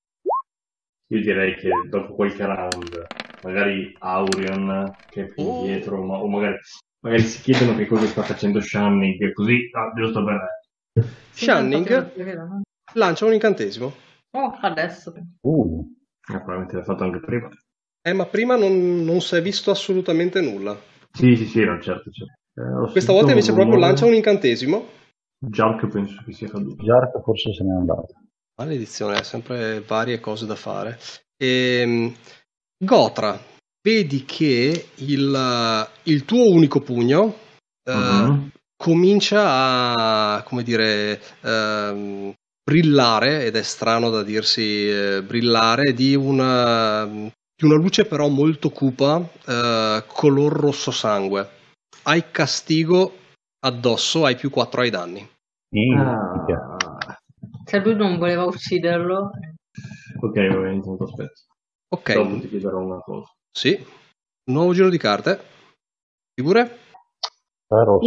Io direi che dopo qualche round, magari Aurion che è più indietro, ma, o magari, magari si chiedono che cosa sta facendo Shanning, così, ah, giusto per me. Shanning lancia un incantesimo. Oh, adesso. Uh. Eh, probabilmente l'ha fatto anche prima. Eh, ma prima non, non si è visto assolutamente nulla. Sì, sì, sì, no, certo, certo. Eh, Questa volta invece un proprio lancia un incantesimo. Jark penso che sia caduto. Jark forse se n'è andato. Maledizione, ha sempre varie cose da fare. E, Gotra, vedi che il, il tuo unico pugno uh-huh. eh, comincia a, come dire, eh, brillare, ed è strano da dirsi eh, brillare, di una, di una luce però molto cupa, eh, color rosso sangue. Hai castigo addosso, hai più quattro ai danni. Ah. Se lui non voleva ucciderlo. Ok, va bene, intanto aspetta. Ok. Dopo ti chiederò una cosa. Sì. Nuovo giro di carte. Figure. Però.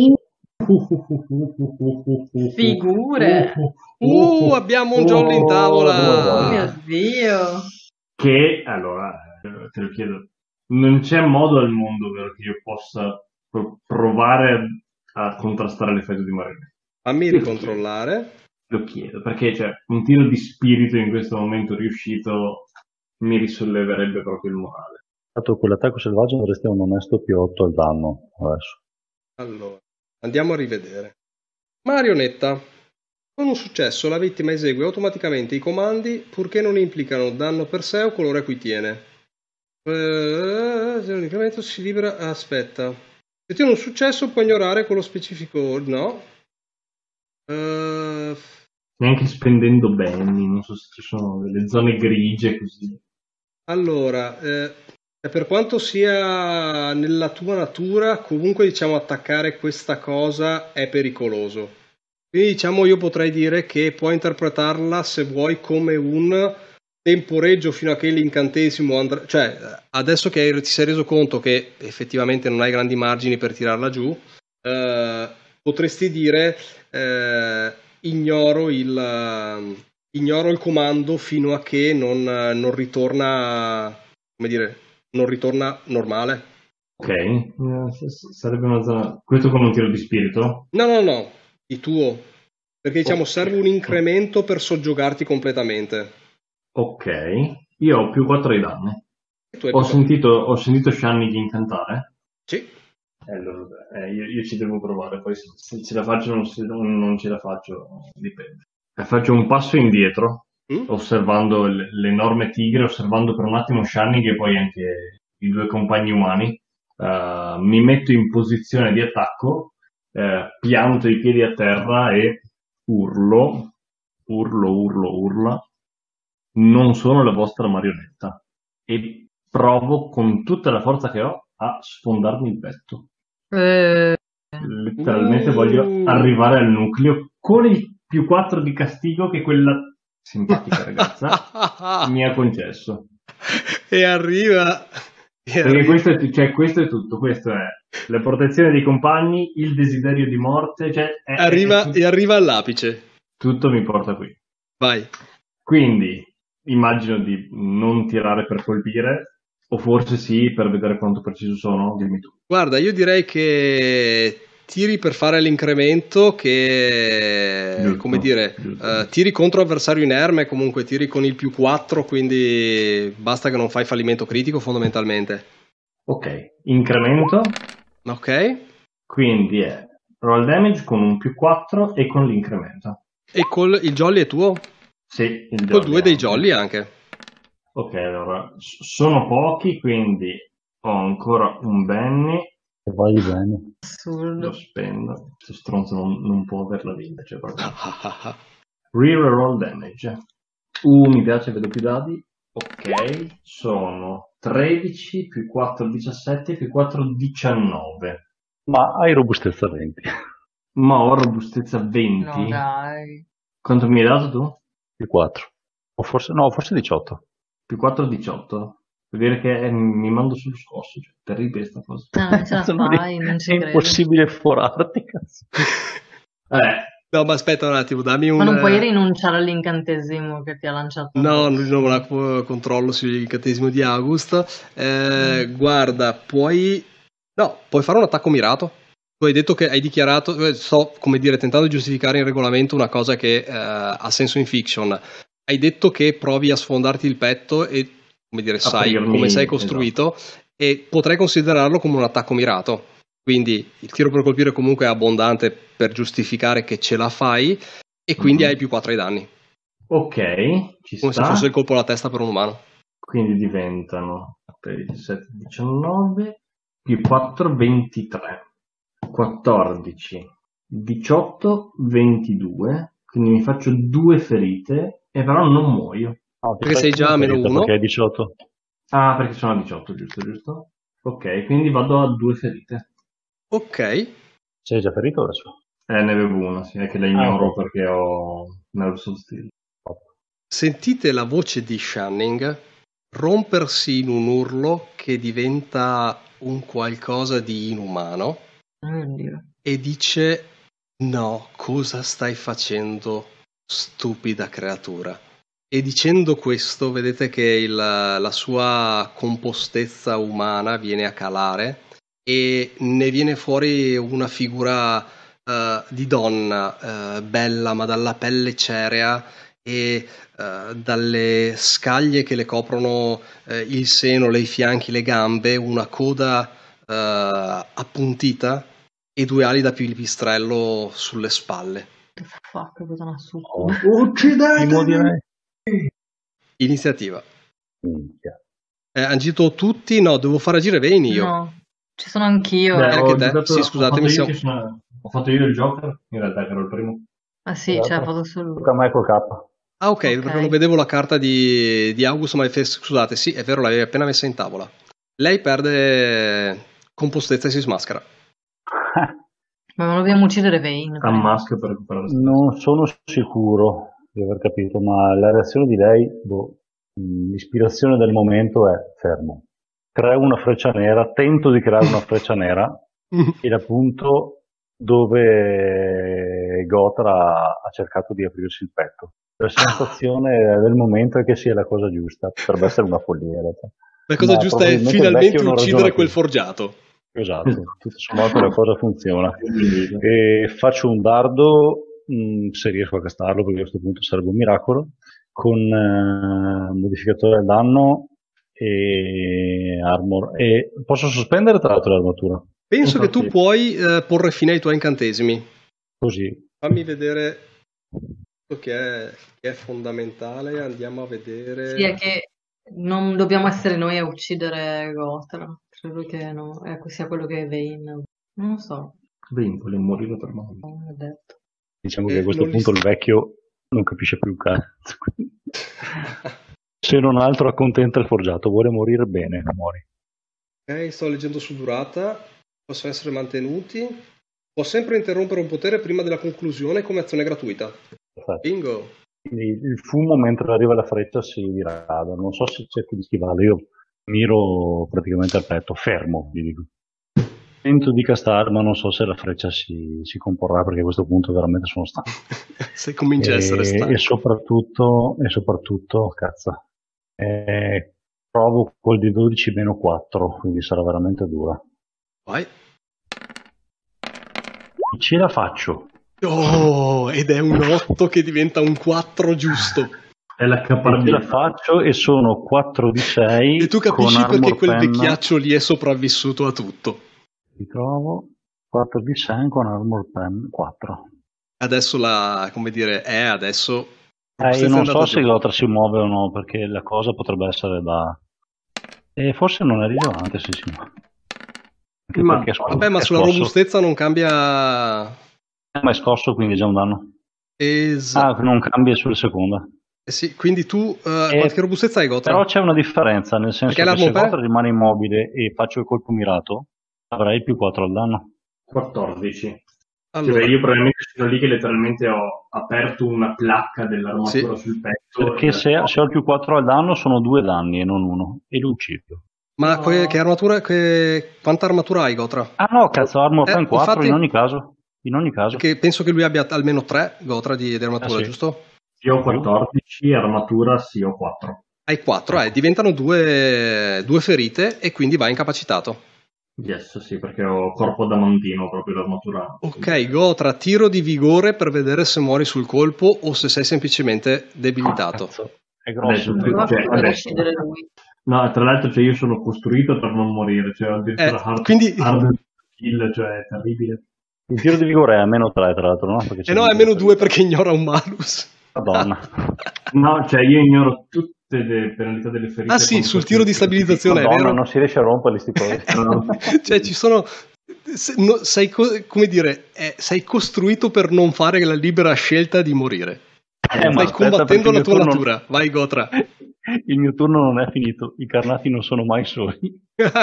Figure. Uh, abbiamo un jolly in tavola. Oh mio Dio. Che, allora, te lo chiedo. Non c'è modo al mondo, vero, che io possa provare a contrastare l'effetto di marionetta. Fammi ricontrollare. Lo chiedo, perché cioè, un tiro di spirito in questo momento riuscito mi risolleverebbe proprio il morale. Fatto quell'attacco selvaggio dovresti un onesto più otto al danno adesso. Allora, andiamo a rivedere. Marionetta. Con un successo la vittima esegue automaticamente i comandi purché non implicano danno per sé o colore a cui tiene. Se l'unicamente si libera... Aspetta. Se tiene un successo può ignorare quello specifico... No. Uh... Neanche spendendo beni, non so se ci sono delle zone grigie così. Allora, eh, per quanto sia nella tua natura, comunque diciamo attaccare questa cosa è pericoloso. Quindi diciamo io potrei dire che puoi interpretarla se vuoi come un temporeggio fino a che l'incantesimo andrà... Cioè, adesso che ti sei reso conto che effettivamente non hai grandi margini per tirarla giù, eh, potresti dire... Eh, ignoro il uh, ignoro il comando fino a che non, uh, non ritorna come dire non ritorna normale. Ok, uh, sarebbe una zona. Questo con un tiro di spirito? No no no, il tuo, perché diciamo okay. Serve un incremento per soggiogarti completamente. Ok, io ho più quattro ai danni. Ho sentito, ho sentito Shanning incantare? Sì. Allora, eh, io, io ci devo provare, poi se, se ce la faccio o non, non ce la faccio, dipende. E faccio un passo indietro, mm? osservando l- l'enorme tigre, osservando per un attimo Shanning e poi anche i due compagni umani. Uh, mi metto in posizione di attacco, uh, pianto i piedi a terra e urlo, urlo, urlo, urla. Non sono la vostra marionetta. E provo con tutta la forza che ho a sfondarmi il petto. Eh... Letteralmente uh. voglio arrivare al nucleo con il più quattro di castigo che quella simpatica ragazza mi ha concesso. E arriva... E Perché arriva. Questo, è, cioè, questo è tutto, questo è la protezione dei compagni, il desiderio di morte, cioè è, arriva, è tutto, e arriva all'apice. Tutto mi porta qui. Vai. Quindi immagino di non tirare per colpire, O forse sì, per vedere quanto preciso sono, dimmi tu. Guarda, io direi che tiri per fare l'incremento che, Giusto, come dire, giusto. eh, tiri contro avversario inerme, comunque tiri con il più quattro, quindi basta che non fai fallimento critico fondamentalmente. Ok, incremento, Ok? quindi è roll damage con un più quattro e con l'incremento. E col il jolly è tuo? Sì, il Col jolly due dei anche. jolly anche. Ok, allora, s- sono pochi, quindi ho ancora un Benny, E vai bene. lo Assurdo. spendo, questo stronzo non, non può averla vinta, cioè proprio. Reroll damage. Uh, mi piace, vedo più dadi. Ok, sono tredici più quattro diciassette più quattro diciannove. Ma hai robustezza venti. Ma ho robustezza venti. No, dai. Quanto mi hai dato tu? Più quattro. O forse, no, forse diciotto. Più quattro diciotto. Vuol dire che eh, mi mando sullo scosso, cioè, terribile sta cosa. Ah, non ce la Cazzo, non è- fai, non ci è credo. impossibile forarti, cazzo. Eh, No, ma aspetta un attimo, dammi un... Ma non puoi eh, rinunciare all'incantesimo che ti ha lanciato No, addosso. lui non ha co- controllo sull'incantesimo di August. Eh, Guarda, puoi... No, puoi fare un attacco mirato. Tu hai detto che hai dichiarato... eh, Sto, come dire, tentando di giustificare in regolamento una cosa che eh, ha senso in fiction. Hai detto che provi a sfondarti il petto e, come dire, sai Aprirmi, come sei costruito e potrei considerarlo come un attacco mirato. Quindi il tiro per colpire comunque è abbondante per giustificare che ce la fai e quindi Mhm. hai più quattro ai danni. Ok, ci Come se sta. fosse il colpo alla testa per un umano. Quindi diventano diciassette, diciannove più quattro, ventitré, quattordici, diciotto, ventidue. Quindi mi faccio due ferite e però non muoio. No, ti Perché fai sei già una a meno ferita uno. Perché hai diciotto. Ah, perché sono a diciotto, giusto, giusto? Ok, quindi vado a due ferite. Ok. Sei già ferito adesso? Eh, ne avevo una, sì, è che la Ah, ignoro ok. perché ho nervous hostility. Sentite la voce di Shanning rompersi in un urlo che diventa un qualcosa di inumano Oh, Dio. e dice: no, cosa stai facendo, stupida creatura? E dicendo questo vedete che il- la sua compostezza umana viene a calare e ne viene fuori una figura eh, di donna eh, bella ma dalla pelle cerea e eh, dalle scaglie che le coprono eh, il seno, i fianchi, le gambe, una coda eh, appuntita e due ali da pipistrello sulle spalle. Che fuck, puttana su. Oh, Uccidetemi! primo direi. Iniziativa. Minchia. Eh, hanno agito tutti? No, devo far agire Vane io. No, ci sono anch'io. Beh, E ho, anche te? giocato, Sì, ho, scusatemi, fatto io siamo- che sono- ho fatto io il Joker, in realtà che ero il primo. Ah sì, cioè, ha fatto solo lui. Tocca a me col K. Ah, ok, Ok. perché non vedevo la carta di, di August, ma scusate, sì, è vero, l'avevi appena messa in tavola. Lei perde compostezza e si smaschera. Ma non dobbiamo uccidere Vane. A maschio per recuperare la Non sono sicuro di aver capito, ma la reazione di lei, boh, mh, l'ispirazione del momento è fermo. Creo una freccia nera, tento di creare una freccia nera e la punto dove Gotra ha cercato di aprirsi il petto. La sensazione del momento è che sia la cosa giusta, potrebbe essere una follia in realtà. La cosa Ma giusta è probabilmente il finalmente vecchio non uccidere ragiona quel più. forgiato. Esatto, tutto sommato la cosa funziona. Quindi, E faccio un dardo, mh, se riesco a castarlo, perché a questo punto sarebbe un miracolo, con eh, modificatore del danno e armor. E posso sospendere tra l'altro l'armatura, Penso che tu Infatti- puoi eh, porre fine ai tuoi incantesimi. così. Fammi vedere quello che è, che è fondamentale. Andiamo a vedere. Sì, è che non dobbiamo essere noi a uccidere Gothra. Credo che no, ecco, sia quello che è Vane. Non lo so, Beh, volevo morire per me. non è detto. Diciamo Eh, che a questo non li punto il sto- vecchio non capisce più un cazzo. Se non altro accontenta il forgiato, vuole morire bene, muori. Ok, sto leggendo su durata. Possono essere mantenuti. Può sempre interrompere un potere prima della conclusione come azione gratuita. Perfetto. Bingo. Quindi il fumo mentre arriva la freccia si dirada, non so se cerco di schivarlo, io miro praticamente al petto, fermo, gli dico. Tento di castare, ma non so se la freccia si, si comporrà perché a questo punto veramente sono stanco. Se comincia a essere E, stanco. e soprattutto, e soprattutto, cazzo, eh, Provo col di dodici meno quattro, quindi sarà veramente dura. Vai. Ce la faccio. Oh, ed è un otto che diventa un quattro giusto. È la E ce la caparbia. faccio e sono quattro di sei. E tu con capisci perché Armor quel Pen. vecchiaccio lì è sopravvissuto a tutto. Ritrovo quattro di sei con Armor Pen quattro. Adesso la, come dire, è adesso... Eh, io è non andata so giù. se Gotra si muove o no, perché la cosa potrebbe essere da... E forse non è rilevante se si muove. Anche Ma- perché è scosso- Vabbè, ma è sulla scosso. robustezza non cambia... Eh, ma è scosso, quindi è già un danno. Esatto. Ah, non cambia sulla seconda. Eh sì, quindi tu... Uh, Eh, quanti robustezza hai, Gotra? Però c'è una differenza, nel senso Perché che se l'armor pen- Gotra rimane immobile e faccio il colpo mirato, avrai più quattro al danno. quattordici. Allora, Cioè, io probabilmente sono lì che letteralmente ho aperto una placca dell'armatura Sì. sul petto. Perché e- se, se ho il più quattro al danno sono due danni e non uno, e lo uccido. ma No. que- che armatura... Che... Quanta armatura hai, Gotra? Ah no, cazzo, Armor Eh, Pen quattro infatti- in ogni caso. In ogni caso. Perché penso che lui abbia almeno tre, Gotra, di, di armatura, Eh sì. giusto? Io ho quattordici, armatura sì ho quattro. Hai quattro, eh, diventano due, due ferite e quindi vai incapacitato. Yes, sì, perché ho corpo adamantino proprio l'armatura. Ok, Gotra, tiro di vigore per vedere se muori sul colpo o se sei semplicemente debilitato. Cazzo, è grosso. Adesso, il Prova cioè, per adesso. uccidere lui. No, tra l'altro cioè, io sono costruito per non morire, cioè ho addirittura Eh, hard, quindi- hard kill, cioè è terribile. Il tiro di vigore è a meno tre, tra l'altro, no? Perché E c'è Eh no, il- è meno due perché ignora un malus. Madonna. No, cioè io ignoro tutte le penalità delle ferite. Ah sì, quando sul faccio tiro di il- stabilizzazione, è Madonna, vero? non si riesce a romperli sti cosi. Cioè, ci sono... se- no, sei, co- come dire, eh, sei costruito per non fare la libera scelta di morire. Eh, ma Stai aspetta, combattendo perché la il tua mio turno- natura. Vai, Gotra. Il mio turno non è finito, i carnati non sono mai soli.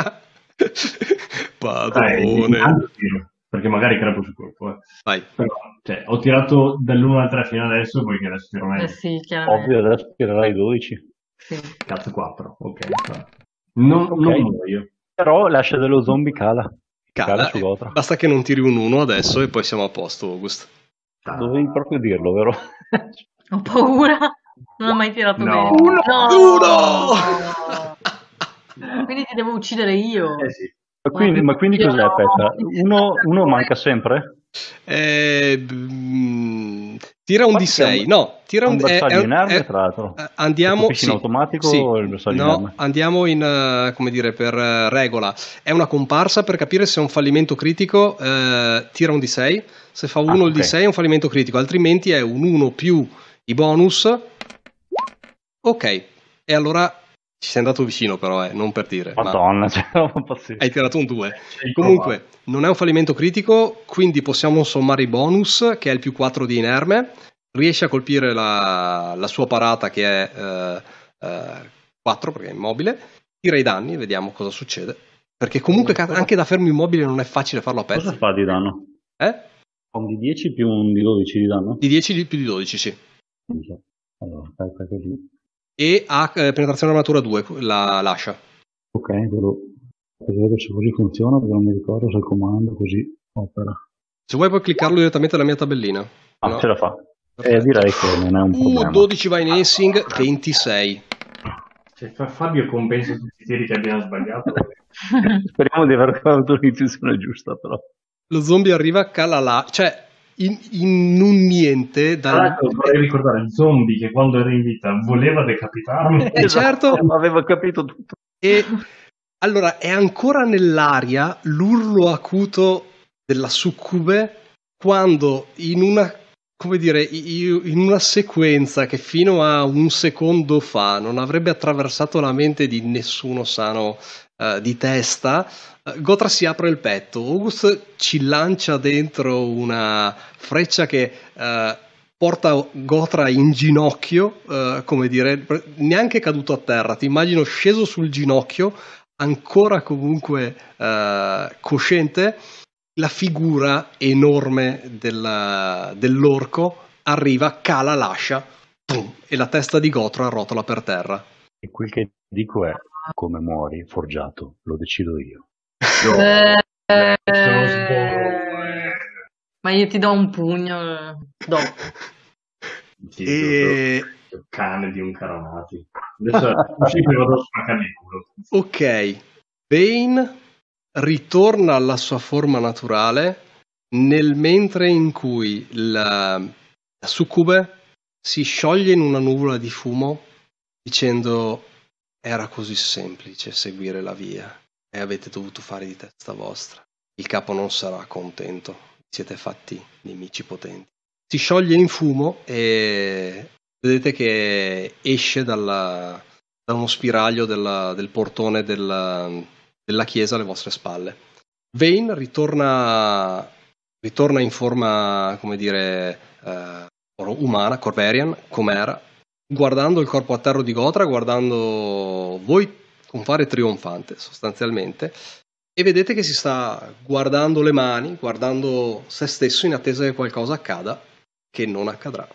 Dai, Padrone. intanto tiro, perché magari crepo sul colpo. Eh. Vai. Però, cioè, ho tirato dall'uno al tre fino adesso, poi che adesso tiro Eh meglio. sì, chiaramente. Ovvio, adesso tirerai dodici. Sì. Cazzo quattro, ok. va. Non, Ok. non muoio. Però l'ascia dello zombie cala. Cala, Cala, su Gotra. basta che non tiri un uno adesso e poi siamo a posto, August. Dovevi proprio dirlo, vero? Ho paura. Non ho mai tirato No. bene. Uno! No! Uno! Quindi ti devo uccidere io. Eh sì. Ma quindi, ma quindi cos'è? Aspetta, uno, uno manca sempre? Eh, mm, tira un Infatti D sei. è un- No, tira è un un bersaglio è- in armi, è- tra l'altro. eh, Andiamo. Colpisci in Sì, automatico sì. o il bersaglio in No, armi? andiamo in, eh, come dire, per eh, regola. È una comparsa per capire se è un fallimento critico. eh, tira un D sei. Se fa uno Ah, il D ok. sei è un fallimento critico, altrimenti è un uno più i bonus. Ok, e allora ci sei andato vicino, però, eh, non per dire. ma Madonna, cioè, non pazzesco. hai tirato un due. Sei Comunque, non è un fallimento critico, quindi possiamo sommare i bonus, che è il più quattro di inerme. Riesce a colpire la, la sua parata, che è eh, eh, quattro, perché è immobile. Tira i danni, vediamo cosa succede. Perché comunque ca- anche da fermo immobile non è facile farlo a Cosa pezzi. fa di danno? Eh? Un di dieci più un di dodici di danno? Di dieci di- più di dodici, sì. Non so. Allora, aspetta così. E ha eh, penetrazione armatura due, la lascia. Ok, devo vedere se così funziona, perché non mi ricordo se il comando così opera. Se vuoi puoi cliccarlo direttamente alla mia tabellina. Ah, No? ce la fa. Perfetto. Eh, direi che non è un Uh, problema. dodici va in Hensing, ventisei. Cioè, fa- Fabio compensa tutti i tiri che abbiamo sbagliato. Speriamo di aver fatto l'intuizione giusta, però. Lo zombie arriva, cala là, cioè in, in un niente Tra dal... l'altro vorrei ricordare il zombie che quando era in vita voleva decapitarmi. Eh, certo. Aveva capito tutto. E allora è ancora nell'aria l'urlo acuto della succube quando in una, come dire, i- in una sequenza che fino a un secondo fa non avrebbe attraversato la mente di nessuno sano eh, di testa, eh, Gotra si apre il petto, August ci lancia dentro una freccia che eh, porta Gotra in ginocchio, eh, come dire, pre- neanche caduto a terra, ti immagino sceso sul ginocchio, ancora comunque eh, cosciente. La figura enorme della- dell'orco arriva, cala, lascia, pum, e la testa di Gotra rotola per terra. E quel che dico è, come muori, forgiato, lo decido io. Eh, Eh, sono sborro, eh. Ma io ti do un pugno eh, dopo. Sì, E tu- tu- cane di un Caramati. Adesso uscì che vado a spaccarmi il culo. Ok, Bane ritorna alla sua forma naturale nel mentre in cui la, la succube si scioglie in una nuvola di fumo dicendo: era così semplice seguire la via e avete dovuto fare di testa vostra. Il capo non sarà contento, siete fatti nemici potenti. Si scioglie in fumo e vedete che esce dalla, da uno spiraglio della, del portone della, della chiesa alle vostre spalle. Vane ritorna, ritorna in forma, come dire, eh, umana, Corverian, com'era, guardando il corpo a terra di Gotra, guardando voi con fare trionfante sostanzialmente, e vedete che si sta guardando le mani, guardando se stesso in attesa che qualcosa accada, che non accadrà.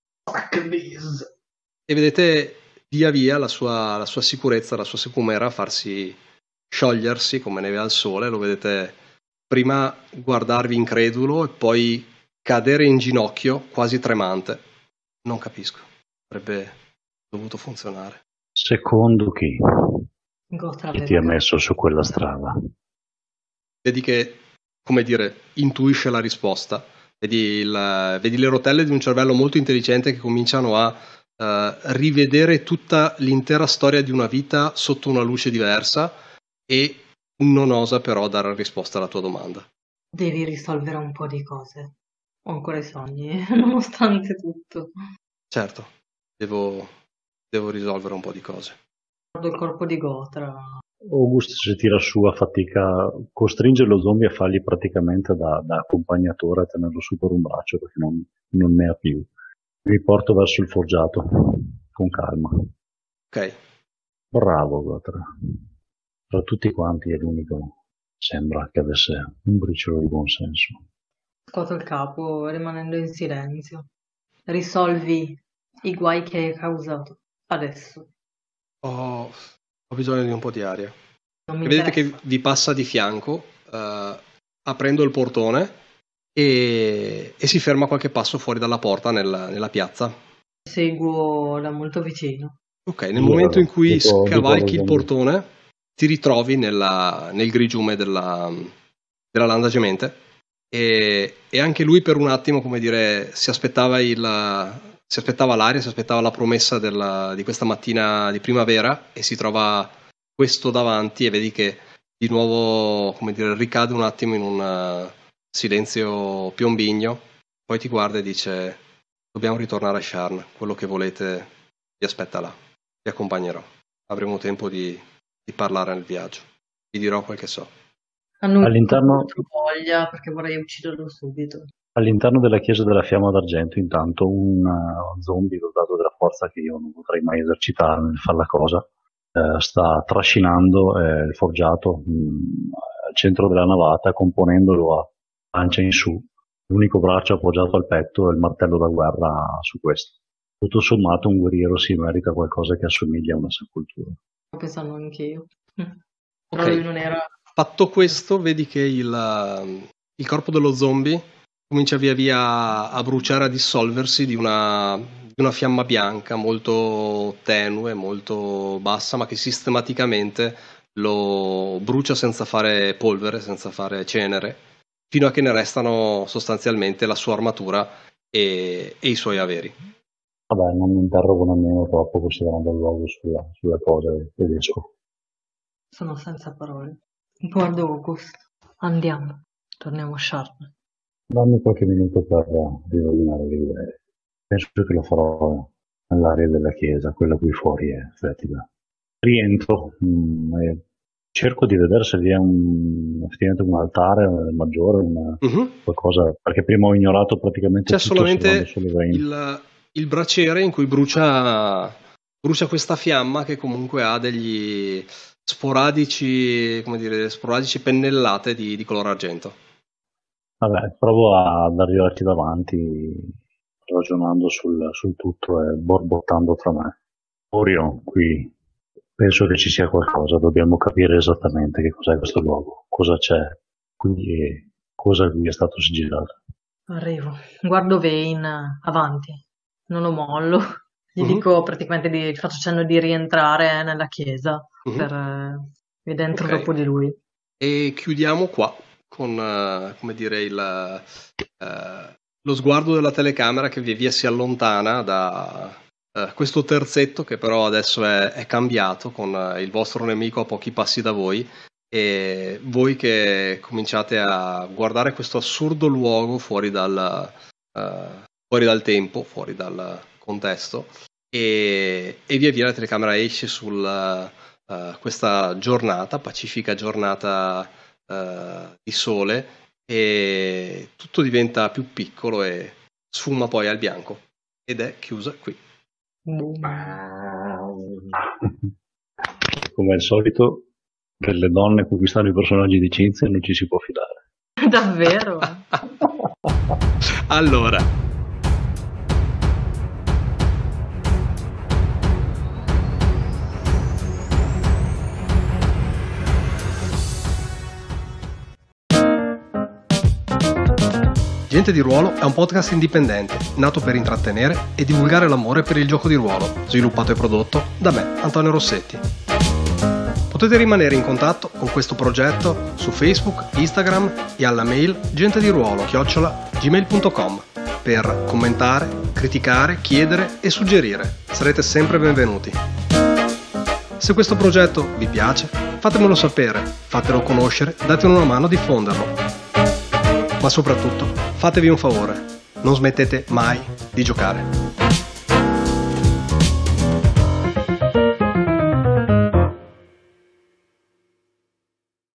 E vedete via via la sua, la sua sicurezza, la sua sicumera farsi sciogliersi come neve al sole. Lo vedete prima guardarvi incredulo e poi cadere in ginocchio quasi tremante. Non capisco, avrebbe dovuto funzionare. Secondo chi? Gotra Chi ti ha aveva- messo su quella strada? Vedi che, come dire, intuisce la risposta. Vedi, il- vedi le rotelle di un cervello molto intelligente che cominciano a eh, rivedere tutta l'intera storia di una vita sotto una luce diversa, e non osa però dare risposta alla tua domanda. Devi risolvere un po' di cose. Ho ancora i sogni, nonostante tutto. Certo, devo, devo risolvere un po' di cose. Guardo il corpo di Gotra. August si tira su a fatica, costringe lo zombie a fargli praticamente da, da accompagnatore, a tenerlo su per un braccio perché non, non ne ha più. Vi porto verso il forgiato, con calma. Ok, Bravo, Gotra. Tra tutti quanti è l'unico, sembra che avesse un briciolo di buon senso. Scuoto il capo, rimanendo in silenzio. Risolvi i guai che hai causato. Adesso. ho, ho bisogno di un po' di aria. Non mi E vedete che interessa. vi passa di fianco, eh, aprendo il portone, e, e si ferma qualche passo fuori dalla porta nella, nella piazza. Seguo da molto vicino. Ok, nel Io momento in cui dico- dico allo scavalchi il zombie, portone, ti ritrovi nella- nel grigiume della, della landa gemente, e, e anche lui per un attimo, come dire, si aspettava, il, si aspettava l'aria, si aspettava la promessa della- di questa mattina di primavera, e si trova questo davanti e vedi che di nuovo, come dire, ricade un attimo in un eh, silenzio piombigno, poi ti guarda e dice: dobbiamo ritornare a Sharn, quello che volete vi aspetta là. Ti accompagnerò. Avremo tempo di, di parlare nel viaggio. Ti dirò quel che so. Hanno All'interno- voglia perché vorrei ucciderlo subito. All'interno della chiesa della Fiamma d'Argento, intanto, un uh, zombie dotato della forza che io non potrei mai esercitare nel fare la cosa, eh, sta trascinando eh, il forgiato mh, al centro della navata, componendolo a pancia in su, l'unico braccio appoggiato al petto e il martello da guerra su questo. Tutto sommato un guerriero si merita qualcosa che assomiglia a una sepoltura. Sto pensando anch'io. Mm. Però Ok. lui non era... Fatto questo, vedi che il, il corpo dello zombie comincia via via a bruciare, a dissolversi di una, di una fiamma bianca molto tenue, molto bassa, ma che sistematicamente lo brucia senza fare polvere, senza fare cenere, fino a che ne restano sostanzialmente la sua armatura e, e i suoi averi. Vabbè, non mi interrogo nemmeno troppo considerando il luogo sulla- sulle cose che riesco. Sono senza parole. Guardo August. Andiamo. Torniamo a Sharn. Dammi qualche minuto per riordinare le idee. Penso che lo farò nell'area della chiesa, quella qui fuori è fetida. Rientro mm, e cerco di vedere se vi è un, effettivamente un altare maggiore, una- Mhm. qualcosa, perché prima ho ignorato praticamente C'è tutto, solamente osservando solo Vayne. il, il braciere in cui brucia, brucia questa fiamma, che comunque ha degli sporadici, come dire, sporadici pennellate di, di color argento. Vabbè, provo ad arrivarti davanti, ragionando sul, sul tutto e borbottando tra me. Orion, qui penso che ci sia qualcosa, dobbiamo capire esattamente che cos'è questo luogo, cosa c'è qui e cosa qui è stato sigillato. Arrivo. Guardo Vayne avanti. Non lo mollo. Gli Mhm. dico praticamente, di, gli faccio cenno di rientrare nella chiesa Mhm. per eh, io dentro Ok. dopo di lui. E chiudiamo qua con, eh, come dire, il, eh, lo sguardo della telecamera che via via si allontana da eh, questo terzetto che però adesso è, è cambiato con eh, il vostro nemico a pochi passi da voi e voi che cominciate a guardare questo assurdo luogo fuori dal, eh, fuori dal tempo, fuori dal contesto e, e via via la telecamera esce sul Uh, questa giornata, pacifica giornata uh, di sole e tutto diventa più piccolo e sfuma poi al bianco ed è chiusa qui. Boom. Come al solito, per le donne con cui stanno i personaggi di Cinzia non ci si può fidare. Davvero? Allora, Gente di Ruolo è un podcast indipendente, nato per intrattenere e divulgare l'amore per il gioco di ruolo, sviluppato e prodotto da me, Antonio Rossetti. Potete rimanere in contatto con questo progetto su Facebook, Instagram e alla mail gentediruolo chiocciola gmail punto com per commentare, criticare, chiedere e suggerire. Sarete sempre benvenuti. Se questo progetto vi piace, fatemelo sapere, fatelo conoscere, datemi una mano a diffonderlo. Ma soprattutto, fatevi un favore, non smettete mai di giocare.